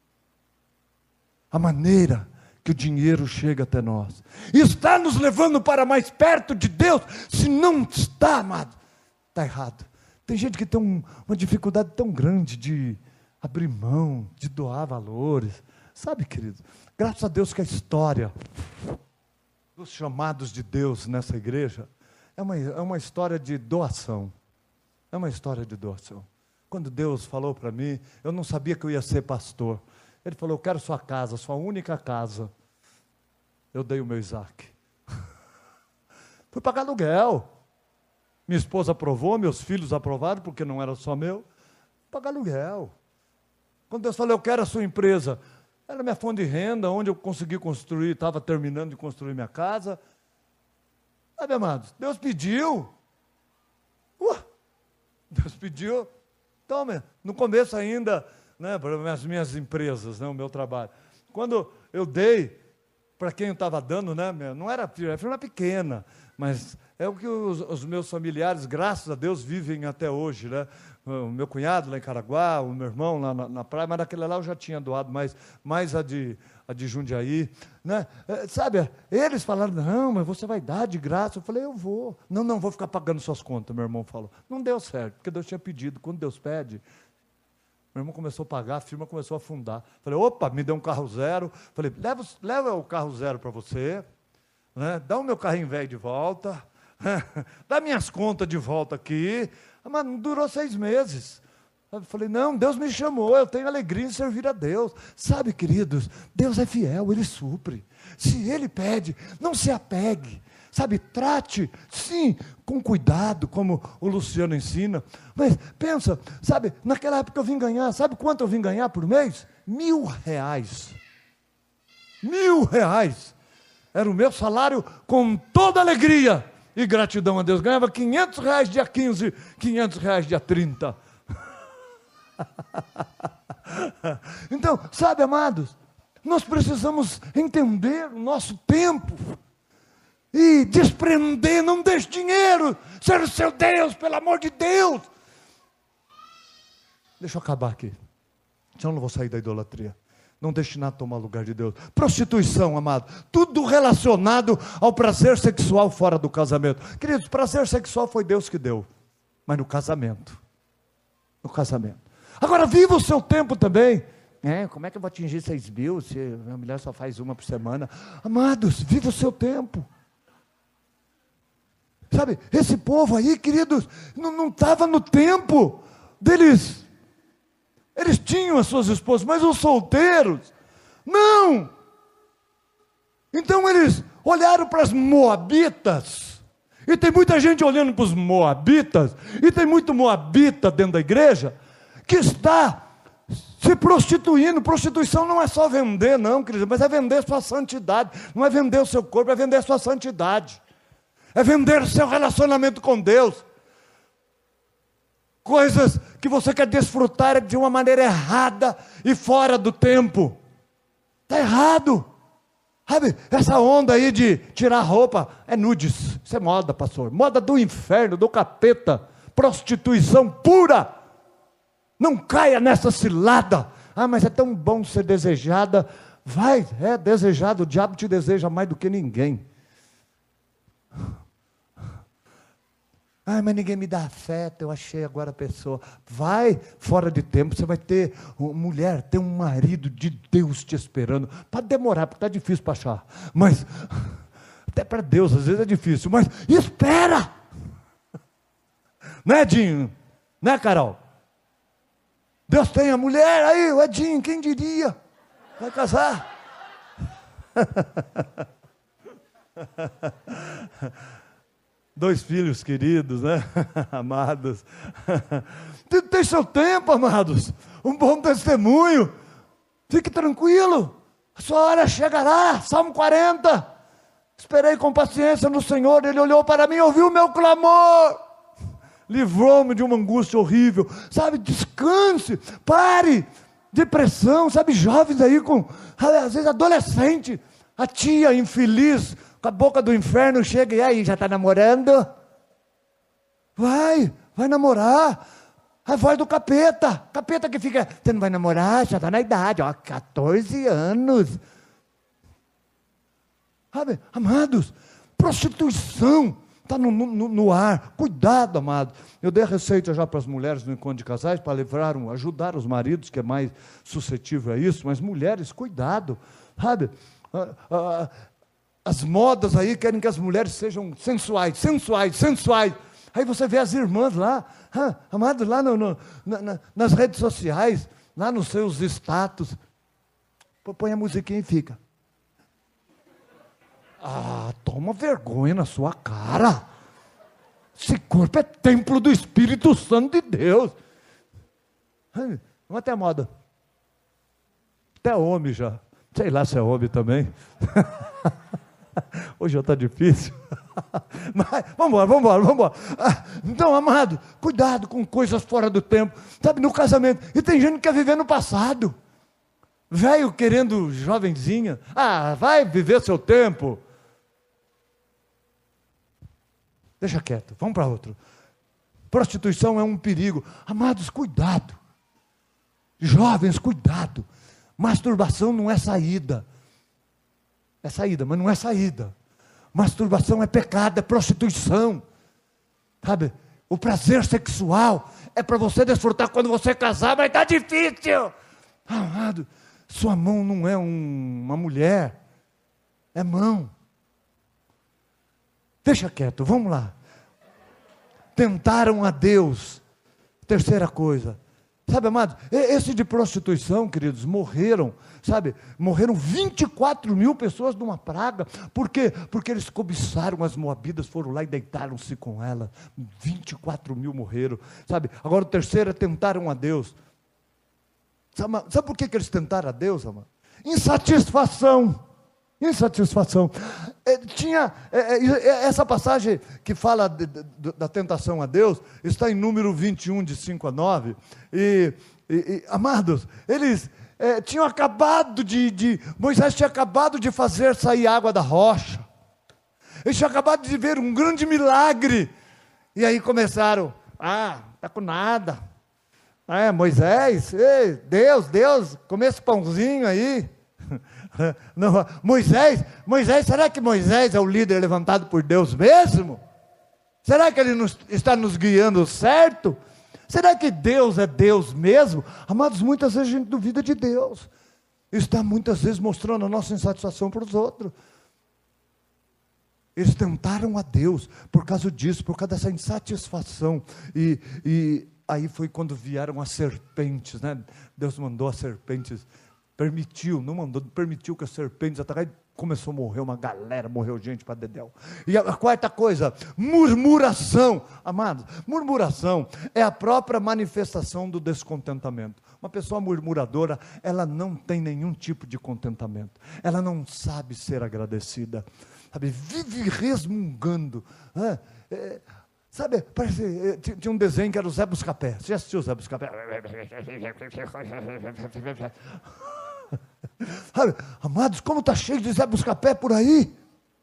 Speaker 1: a maneira que o dinheiro chega até nós. Está nos levando para mais perto de Deus? Se não está, amado, está errado. Tem gente que tem uma dificuldade tão grande de abrir mão, de doar valores. Sabe, querido, graças a Deus que a história dos chamados de Deus nessa igreja é uma história de doação. É uma história de doação. Quando Deus falou para mim, eu não sabia que eu ia ser pastor. Ele falou, eu quero sua casa, sua única casa. Eu dei o meu Isaac. Fui pagar aluguel. Minha esposa aprovou, meus filhos aprovaram, porque não era só meu. Pagar aluguel. Quando Deus falou, eu quero a sua empresa, era minha fonte de renda, onde eu consegui construir, estava terminando de construir minha casa. Sabe, amados, Deus pediu. Deus pediu. Então, no começo ainda, né, para as minhas empresas, né, o meu trabalho. Quando eu dei, para quem eu estava dando, né, não era firma pequena, mas é o que os meus familiares, graças a Deus, vivem até hoje, né? O meu cunhado lá em Caraguá, o meu irmão lá na praia, mas naquele lá eu já tinha doado mais a de Jundiaí, né? Sabe, eles falaram, não, mas você vai dar de graça. Eu falei, eu vou. Não, vou ficar pagando suas contas, meu irmão falou. Não deu certo, porque Deus tinha pedido. Quando Deus pede, meu irmão começou a pagar, a firma começou a afundar. Falei, opa, me deu um carro zero. Falei, leva o carro zero para você, né? Dá o meu carrinho velho de volta, dá minhas contas de volta aqui. Mas não durou 6 meses. Eu falei, não, Deus me chamou, eu tenho alegria em servir a Deus. Sabe, queridos, Deus é fiel, Ele supre. Se Ele pede, não se apegue. Sabe, trate, sim, com cuidado, como o Luciano ensina. Mas pensa, sabe, naquela época eu vim ganhar, sabe quanto eu vim ganhar por mês? R$1.000. R$1.000. Era o meu salário com toda alegria e gratidão a Deus. Ganhava R$500 dia 15, R$500 dia 30. Então, sabe, amados, nós precisamos entender o nosso tempo e desprender. Não deixe dinheiro ser o seu Deus, pelo amor de Deus. Deixa eu acabar aqui, senão eu não vou sair da idolatria. Não deixe nada tomar lugar de Deus. Prostituição, amado, tudo relacionado ao prazer sexual fora do casamento. Queridos, prazer sexual foi Deus que deu, mas no casamento. No casamento. Agora, viva o seu tempo também. Como é que eu vou atingir 6.000 se a mulher só faz uma por semana? Amados, viva o seu tempo. Sabe, esse povo aí, queridos, não estava no tempo deles. Eles tinham as suas esposas, mas os solteiros, não. Então eles olharam para as moabitas, e tem muita gente olhando para os moabitas, e tem muito moabita dentro da igreja, que está se prostituindo. Prostituição não é só vender, não, querido, mas é vender sua santidade. Não é vender o seu corpo, é vender sua santidade. É vender o seu relacionamento com Deus. Coisas que você quer desfrutar de uma maneira errada e fora do tempo. Está errado. Sabe, essa onda aí de tirar a roupa é nudes. Isso é moda, pastor. Moda do inferno, do capeta. Prostituição pura. Não caia nessa cilada. Mas é tão bom ser desejada. Vai, é desejado. O diabo te deseja mais do que ninguém. Mas ninguém me dá afeto, eu achei agora a pessoa. Vai, fora de tempo, você vai ter mulher, ter um marido de Deus te esperando. Pode demorar, porque está difícil para achar. Mas, até para Deus, às vezes é difícil. Mas, espera! Né, Edinho? Né, Carol? Deus tem a mulher aí, o Edinho, quem diria? Vai casar? 2 filhos queridos, né? Amados. Tem seu tempo, amados. Um bom testemunho. Fique tranquilo, a sua hora chegará. Salmo 40. Esperei com paciência no Senhor, Ele olhou para mim, ouviu o meu clamor, livrou-me de uma angústia horrível. Sabe, descanse, pare. Depressão, sabe, jovens aí às vezes adolescente, a tia infeliz, com a boca do inferno, chega e aí, já está namorando? Vai namorar. A voz do capeta que fica, você não vai namorar, já está na idade, 14 anos. Sabe, amados, prostituição está no ar. Cuidado, amado. Eu dei a receita já para as mulheres no encontro de casais, para ajudar os maridos, que é mais suscetível a isso, mas mulheres, cuidado, sabe? As modas aí querem que as mulheres sejam sensuais. Aí você vê as irmãs lá, amado, lá nas redes sociais, lá nos seus status. Põe a musiquinha e fica. Toma vergonha na sua cara. Esse corpo é templo do Espírito Santo de Deus. Vamos até a moda. Até homem já. Sei lá se é homem também. Hoje já está difícil. Mas vamos embora. Então, amado, cuidado com coisas fora do tempo. Sabe, no casamento. E tem gente que quer viver no passado. Velho querendo jovenzinha. Vai viver seu tempo. Deixa quieto, vamos para outro. Prostituição é um perigo. Amados, cuidado. Jovens, cuidado. Masturbação não é saída. É saída, mas não é saída. Masturbação é pecado, é prostituição. Sabe? O prazer sexual é para você desfrutar quando você casar, mas está difícil. Amado, sua mão não é uma mulher, é mão. Deixa quieto, vamos lá. Tentaram a Deus. Terceira coisa. Sabe, amados, esse de prostituição, queridos, morreram 24 mil pessoas numa praga. Por quê? Porque eles cobiçaram as moabitas, foram lá e deitaram-se com ela. 24 mil morreram. Sabe, agora o terceiro é tentaram a Deus. Sabe por que eles tentaram a Deus, amado? Insatisfação. Tinha essa passagem que fala da tentação a Deus, está em Número 21, de 5 a 9, amados, eles tinham acabado Moisés tinha acabado de fazer sair água da rocha, eles tinham acabado de ver um grande milagre, e aí começaram, está com nada, Moisés, Deus, come esse pãozinho aí. Não, Moisés, será que Moisés é o líder levantado por Deus mesmo? Será que ele está nos guiando certo? Será que Deus é Deus mesmo? Amados, muitas vezes a gente duvida de Deus, está muitas vezes mostrando a nossa insatisfação para os outros. Eles tentaram a Deus por causa disso, por causa dessa insatisfação, e aí foi quando vieram as serpentes, né? Deus mandou as serpentes, permitiu que as serpentes atacaram, começou a morrer uma galera, morreu gente para dedéu. E a quarta coisa, murmuração. Amados, murmuração é a própria manifestação do descontentamento. Uma pessoa murmuradora, ela não tem nenhum tipo de contentamento, ela não sabe ser agradecida, sabe, vive resmungando, sabe, parece, tinha um desenho que era o Zé Buscapé. Você já assistiu o Zé Buscapé? Sabe, amados, como está cheio de Zé Buscapé por aí.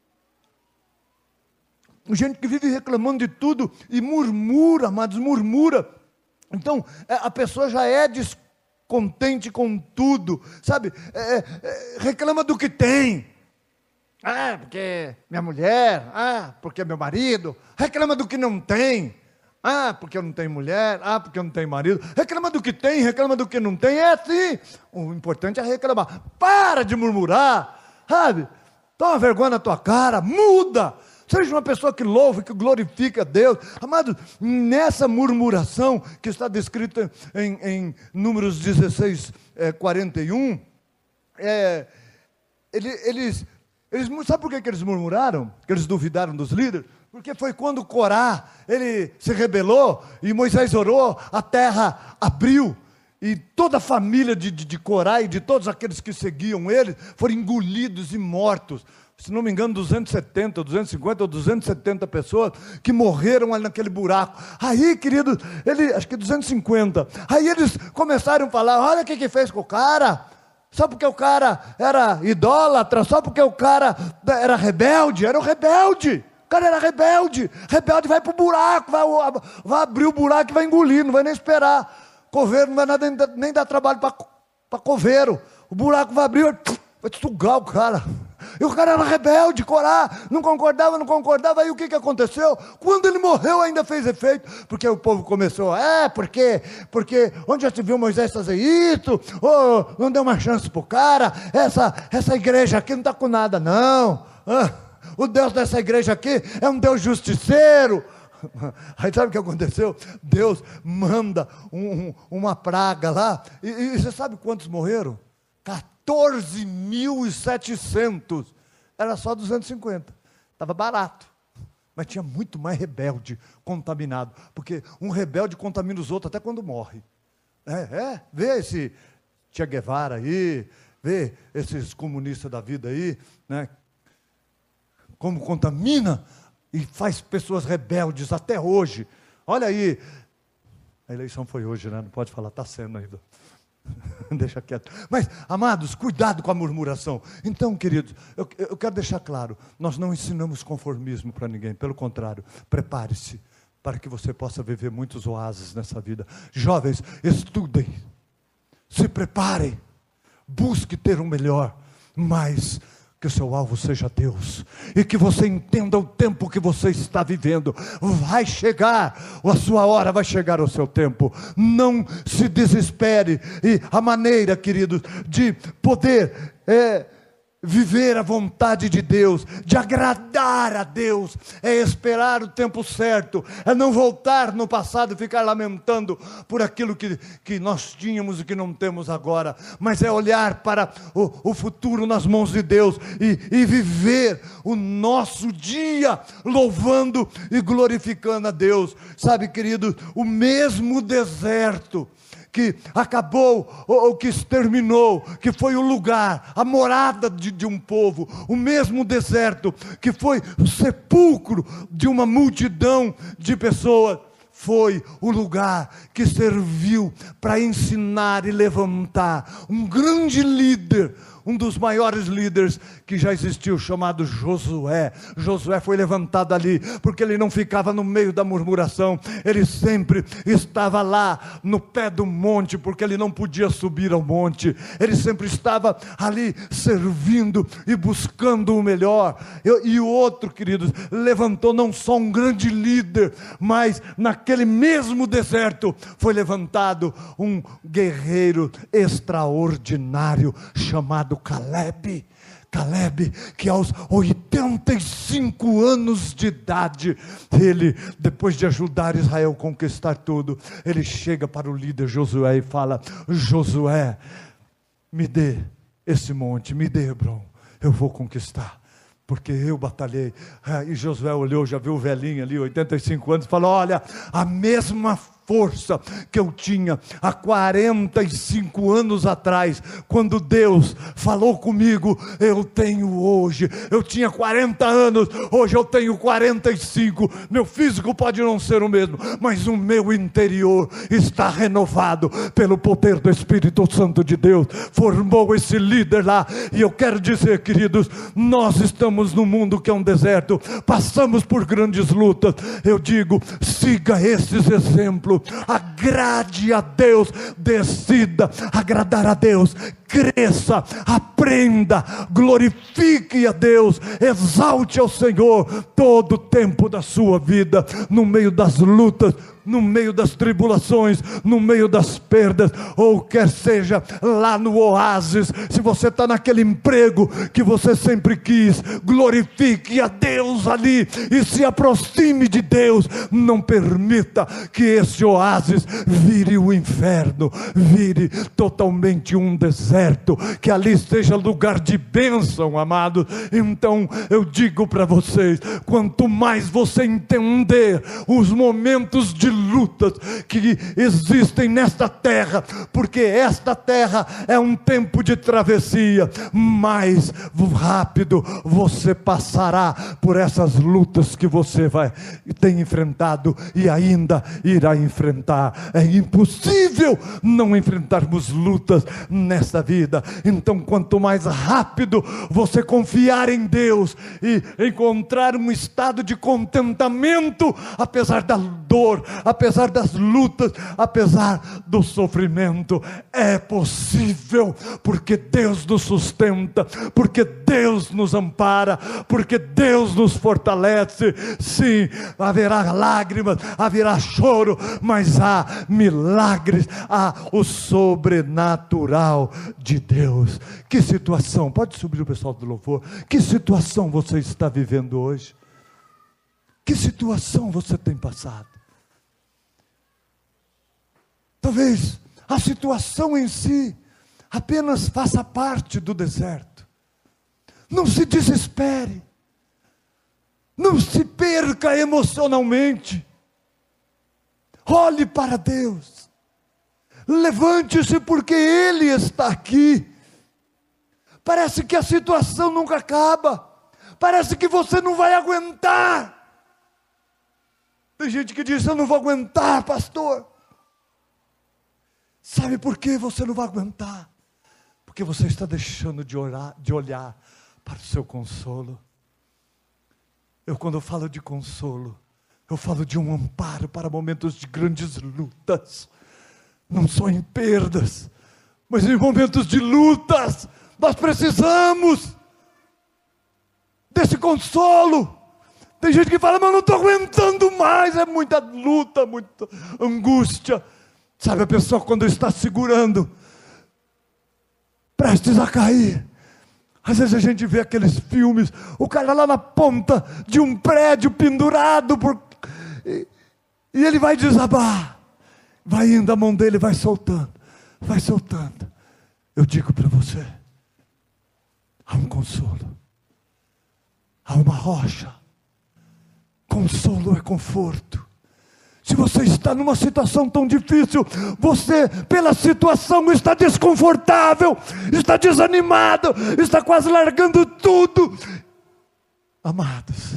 Speaker 1: Gente que vive reclamando de tudo e murmura, amados, murmura. Então, a pessoa já é descontente com tudo, sabe, reclama do que tem. Porque minha mulher, porque meu marido, reclama do que não tem. Porque eu não tenho mulher, porque eu não tenho marido. Reclama do que tem, reclama do que não tem. É assim. O importante é reclamar. Para de murmurar, sabe? Toma vergonha na tua cara, muda. Seja uma pessoa que louva, que glorifica a Deus. Amado, nessa murmuração que está descrita em Números 16, 41, sabe por que eles murmuraram? Que eles duvidaram dos líderes? Porque foi quando Corá, ele se rebelou, e Moisés orou, a terra abriu, e toda a família de Corá e de todos aqueles que seguiam ele foram engolidos e mortos. Se não me engano, 270, 250 ou 270 pessoas que morreram ali naquele buraco. Aí, querido, acho que 250. Aí eles começaram a falar: olha o que fez com o cara. Só porque o cara era idólatra, só porque o cara era rebelde. Era um rebelde. O cara era rebelde. Rebelde vai para o buraco, vai abrir o buraco e vai engolir, não vai nem esperar. Coveiro não vai nem dar trabalho para coveiro. O buraco vai abrir, vai sugar o cara. E o cara era rebelde, Corá, não concordava. Aí o que aconteceu? Quando ele morreu ainda fez efeito, porque o povo começou: porque onde já se viu Moisés fazer isso? Não deu uma chance para o cara, essa igreja aqui não está com nada não. O Deus dessa igreja aqui é um Deus justiceiro. Aí sabe o que aconteceu? Deus manda uma praga lá, e você sabe quantos morreram? 14.700, era só 250, estava barato, mas tinha muito mais rebelde contaminado, porque um rebelde contamina os outros até quando morre. Vê esse Che Guevara aí, vê esses comunistas da vida aí, né? Como contamina e faz pessoas rebeldes até hoje. Olha aí, a eleição foi hoje, né? Não pode falar, está sendo ainda. Deixa quieto. Mas, amados, cuidado com a murmuração. Então, queridos, eu quero deixar claro: nós não ensinamos conformismo para ninguém. Pelo contrário, prepare-se para que você possa viver muitos oásis nessa vida. Jovens, estudem, se preparem, busque ter o melhor, mas que o seu alvo seja Deus, e que você entenda o tempo que você está vivendo. Vai chegar a sua hora, vai chegar o seu tempo. Não se desespere. E a maneira, queridos, de poder viver a vontade de Deus, de agradar a Deus, é esperar o tempo certo, é não voltar no passado e ficar lamentando por aquilo que nós tínhamos e que não temos agora, mas é olhar para o futuro nas mãos de Deus e viver o nosso dia louvando e glorificando a Deus. Sabe, querido, o mesmo deserto que acabou, ou que exterminou, que foi o lugar, a morada de um povo, o mesmo deserto que foi o sepulcro de uma multidão de pessoas, foi o lugar que serviu para ensinar e levantar um grande líder, um dos maiores líderes que já existiu, chamado Josué. Josué foi levantado ali, porque ele não ficava no meio da murmuração, ele sempre estava lá, no pé do monte, porque ele não podia subir ao monte, ele sempre estava ali, servindo e buscando o melhor. E o outro, queridos, levantou não só um grande líder, mas naquele mesmo deserto, foi levantado um guerreiro extraordinário, chamado Caleb, que aos 85 anos de idade, ele, depois de ajudar Israel a conquistar tudo, ele chega para o líder Josué e fala: Josué, me dê esse monte, me dê Hebrom, eu vou conquistar, porque eu batalhei. E Josué olhou, já viu o velhinho ali, 85 anos, e falou: olha, a mesma força que eu tinha há 45 anos atrás, quando Deus falou comigo, eu tenho hoje. Eu tinha 40 anos, hoje eu tenho 45. Meu físico pode não ser o mesmo, mas o meu interior está renovado pelo poder do Espírito Santo de Deus. Formou esse líder lá, e eu quero dizer, queridos, nós estamos num mundo que é um deserto, passamos por grandes lutas. Eu digo, siga esses exemplos, agrade a Deus, decida agradar a Deus, cresça, aprenda, glorifique a Deus, exalte ao Senhor todo o tempo da sua vida, no meio das lutas, no meio das tribulações, no meio das perdas, ou quer seja lá no oásis, se você está naquele emprego que você sempre quis, glorifique a Deus ali e se aproxime de Deus. Não permita que esse oásis vire o inferno, vire totalmente um deserto. deserto, que ali seja lugar de bênção, amado. Então eu digo para vocês, quanto mais você entender os momentos de lutas que existem nesta terra, porque esta terra é um tempo de travessia, mais rápido você passará por essas lutas que você tem enfrentado e ainda irá enfrentar. É impossível não enfrentarmos lutas nesta vida. Então, quanto mais rápido você confiar em Deus e encontrar um estado de contentamento, apesar da dor, apesar das lutas, apesar do sofrimento, é possível, porque Deus nos sustenta, porque Deus nos ampara, porque Deus nos fortalece. Sim, haverá lágrimas, haverá choro, mas há milagres, há o sobrenatural de Deus. Que situação, pode subir o pessoal do louvor, que situação você está vivendo hoje? Que situação você tem passado? Talvez a situação em si apenas faça parte do deserto. Não se desespere, não se perca emocionalmente, olhe para Deus, levante-se, porque Ele está aqui. Parece que a situação nunca acaba, parece que você não vai aguentar. Tem gente que diz: eu não vou aguentar, pastor. Sabe por que você não vai aguentar? Porque você está deixando de olhar para o seu consolo. Quando eu falo de consolo, eu falo de um amparo para momentos de grandes lutas, não só em perdas, mas em momentos de lutas. Nós precisamos desse consolo. Tem gente que fala: mas eu não estou aguentando mais, é muita luta, muita angústia. Sabe, a pessoa quando está segurando, prestes a cair, às vezes a gente vê aqueles filmes, o cara lá na ponta de um prédio pendurado, e ele vai desabar, vai indo, a mão dele vai soltando, vai soltando. Eu digo para você, há um consolo, há uma rocha. Consolo é conforto. Se você está numa situação tão difícil, você pela situação está desconfortável, está desanimado, está quase largando tudo. Amados,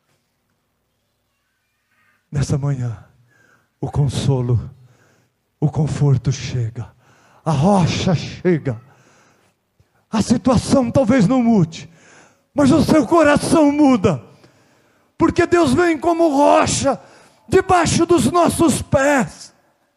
Speaker 1: nessa manhã, o consolo, o conforto chega, a rocha chega. A situação talvez não mude, mas o seu coração muda, porque Deus vem como rocha debaixo dos nossos pés.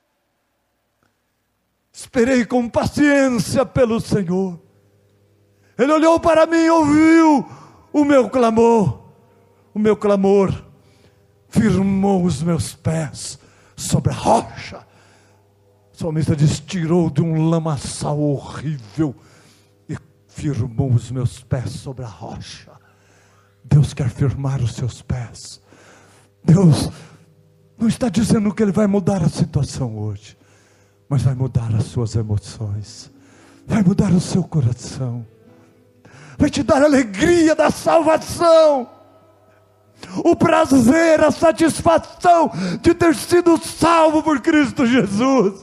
Speaker 1: Esperei com paciência pelo Senhor. Ele olhou para mim e ouviu o meu clamor. O meu clamor firmou os meus pés sobre a rocha. O salmista diz: tirou de um lamaçal horrível e firmou os meus pés sobre a rocha. Deus quer firmar os seus pés. Deus não está dizendo que Ele vai mudar a situação hoje, mas vai mudar as suas emoções, vai mudar o seu coração, vai te dar a alegria da salvação, o prazer, a satisfação de ter sido salvo por Cristo Jesus.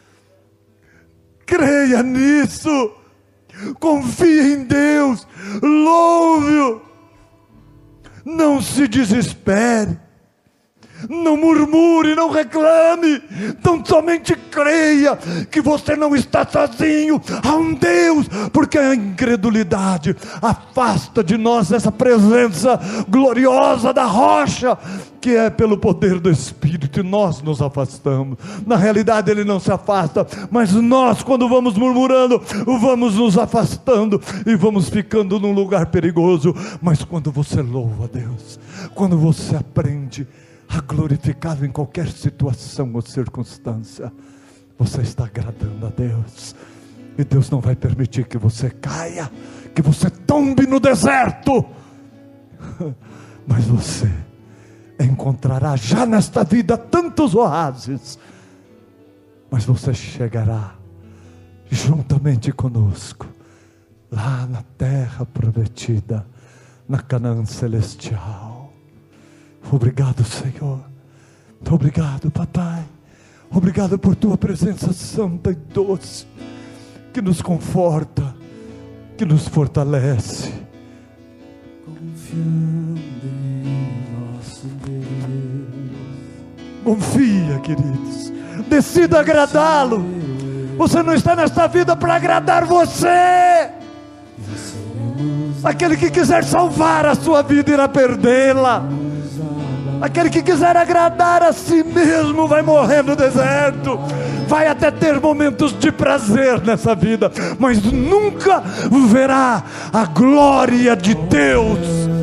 Speaker 1: Creia nisso, confie em Deus, louve-o, não se desespere, não murmure, não reclame, então somente creia que você não está sozinho. Há um Deus, porque a incredulidade afasta de nós essa presença gloriosa da rocha, que é pelo poder do Espírito, e nós nos afastamos. Na realidade Ele não se afasta, mas nós, quando vamos murmurando, vamos nos afastando e vamos ficando num lugar perigoso. Mas quando você louva a Deus, quando você aprende a glorificá-lo em qualquer situação ou circunstância, você está agradando a Deus, e Deus não vai permitir que você caia, que você tombe no deserto, mas você encontrará já nesta vida tantos oásis, mas você chegará juntamente conosco, lá na terra prometida, na Canaã celestial. Obrigado, Senhor. Muito obrigado, Papai. Obrigado por tua presença santa e doce, que nos conforta, que nos fortalece. Confiando em nosso Deus. Confia, queridos. Decida agradá-lo. Você não está nesta vida para agradar você. Aquele que quiser salvar a sua vida irá perdê-la. Aquele que quiser agradar a si mesmo vai morrer no deserto. Vai até ter momentos de prazer nessa vida, mas nunca verá a glória de Deus.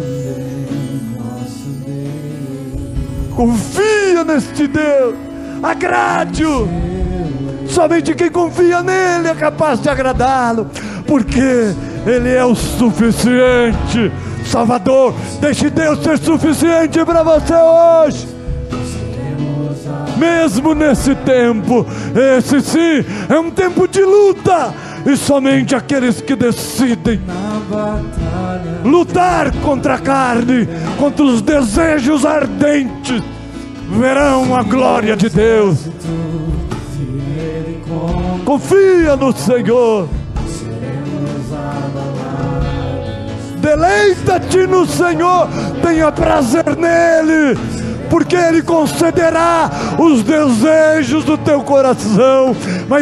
Speaker 1: Confia neste Deus, agrade-o. Somente quem confia nele é capaz de agradá-lo, porque Ele é o suficiente Salvador. Deixe Deus ser suficiente para você hoje. Mesmo nesse tempo, esse sim é um tempo de luta, e somente aqueles que decidem lutar contra a carne, contra os desejos ardentes, verão a glória de Deus. Confia no Senhor. Deleita-te no Senhor, tenha prazer nele, porque Ele concederá os desejos do teu coração, mas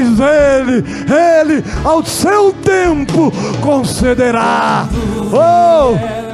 Speaker 1: Ele ao seu tempo concederá. Oh!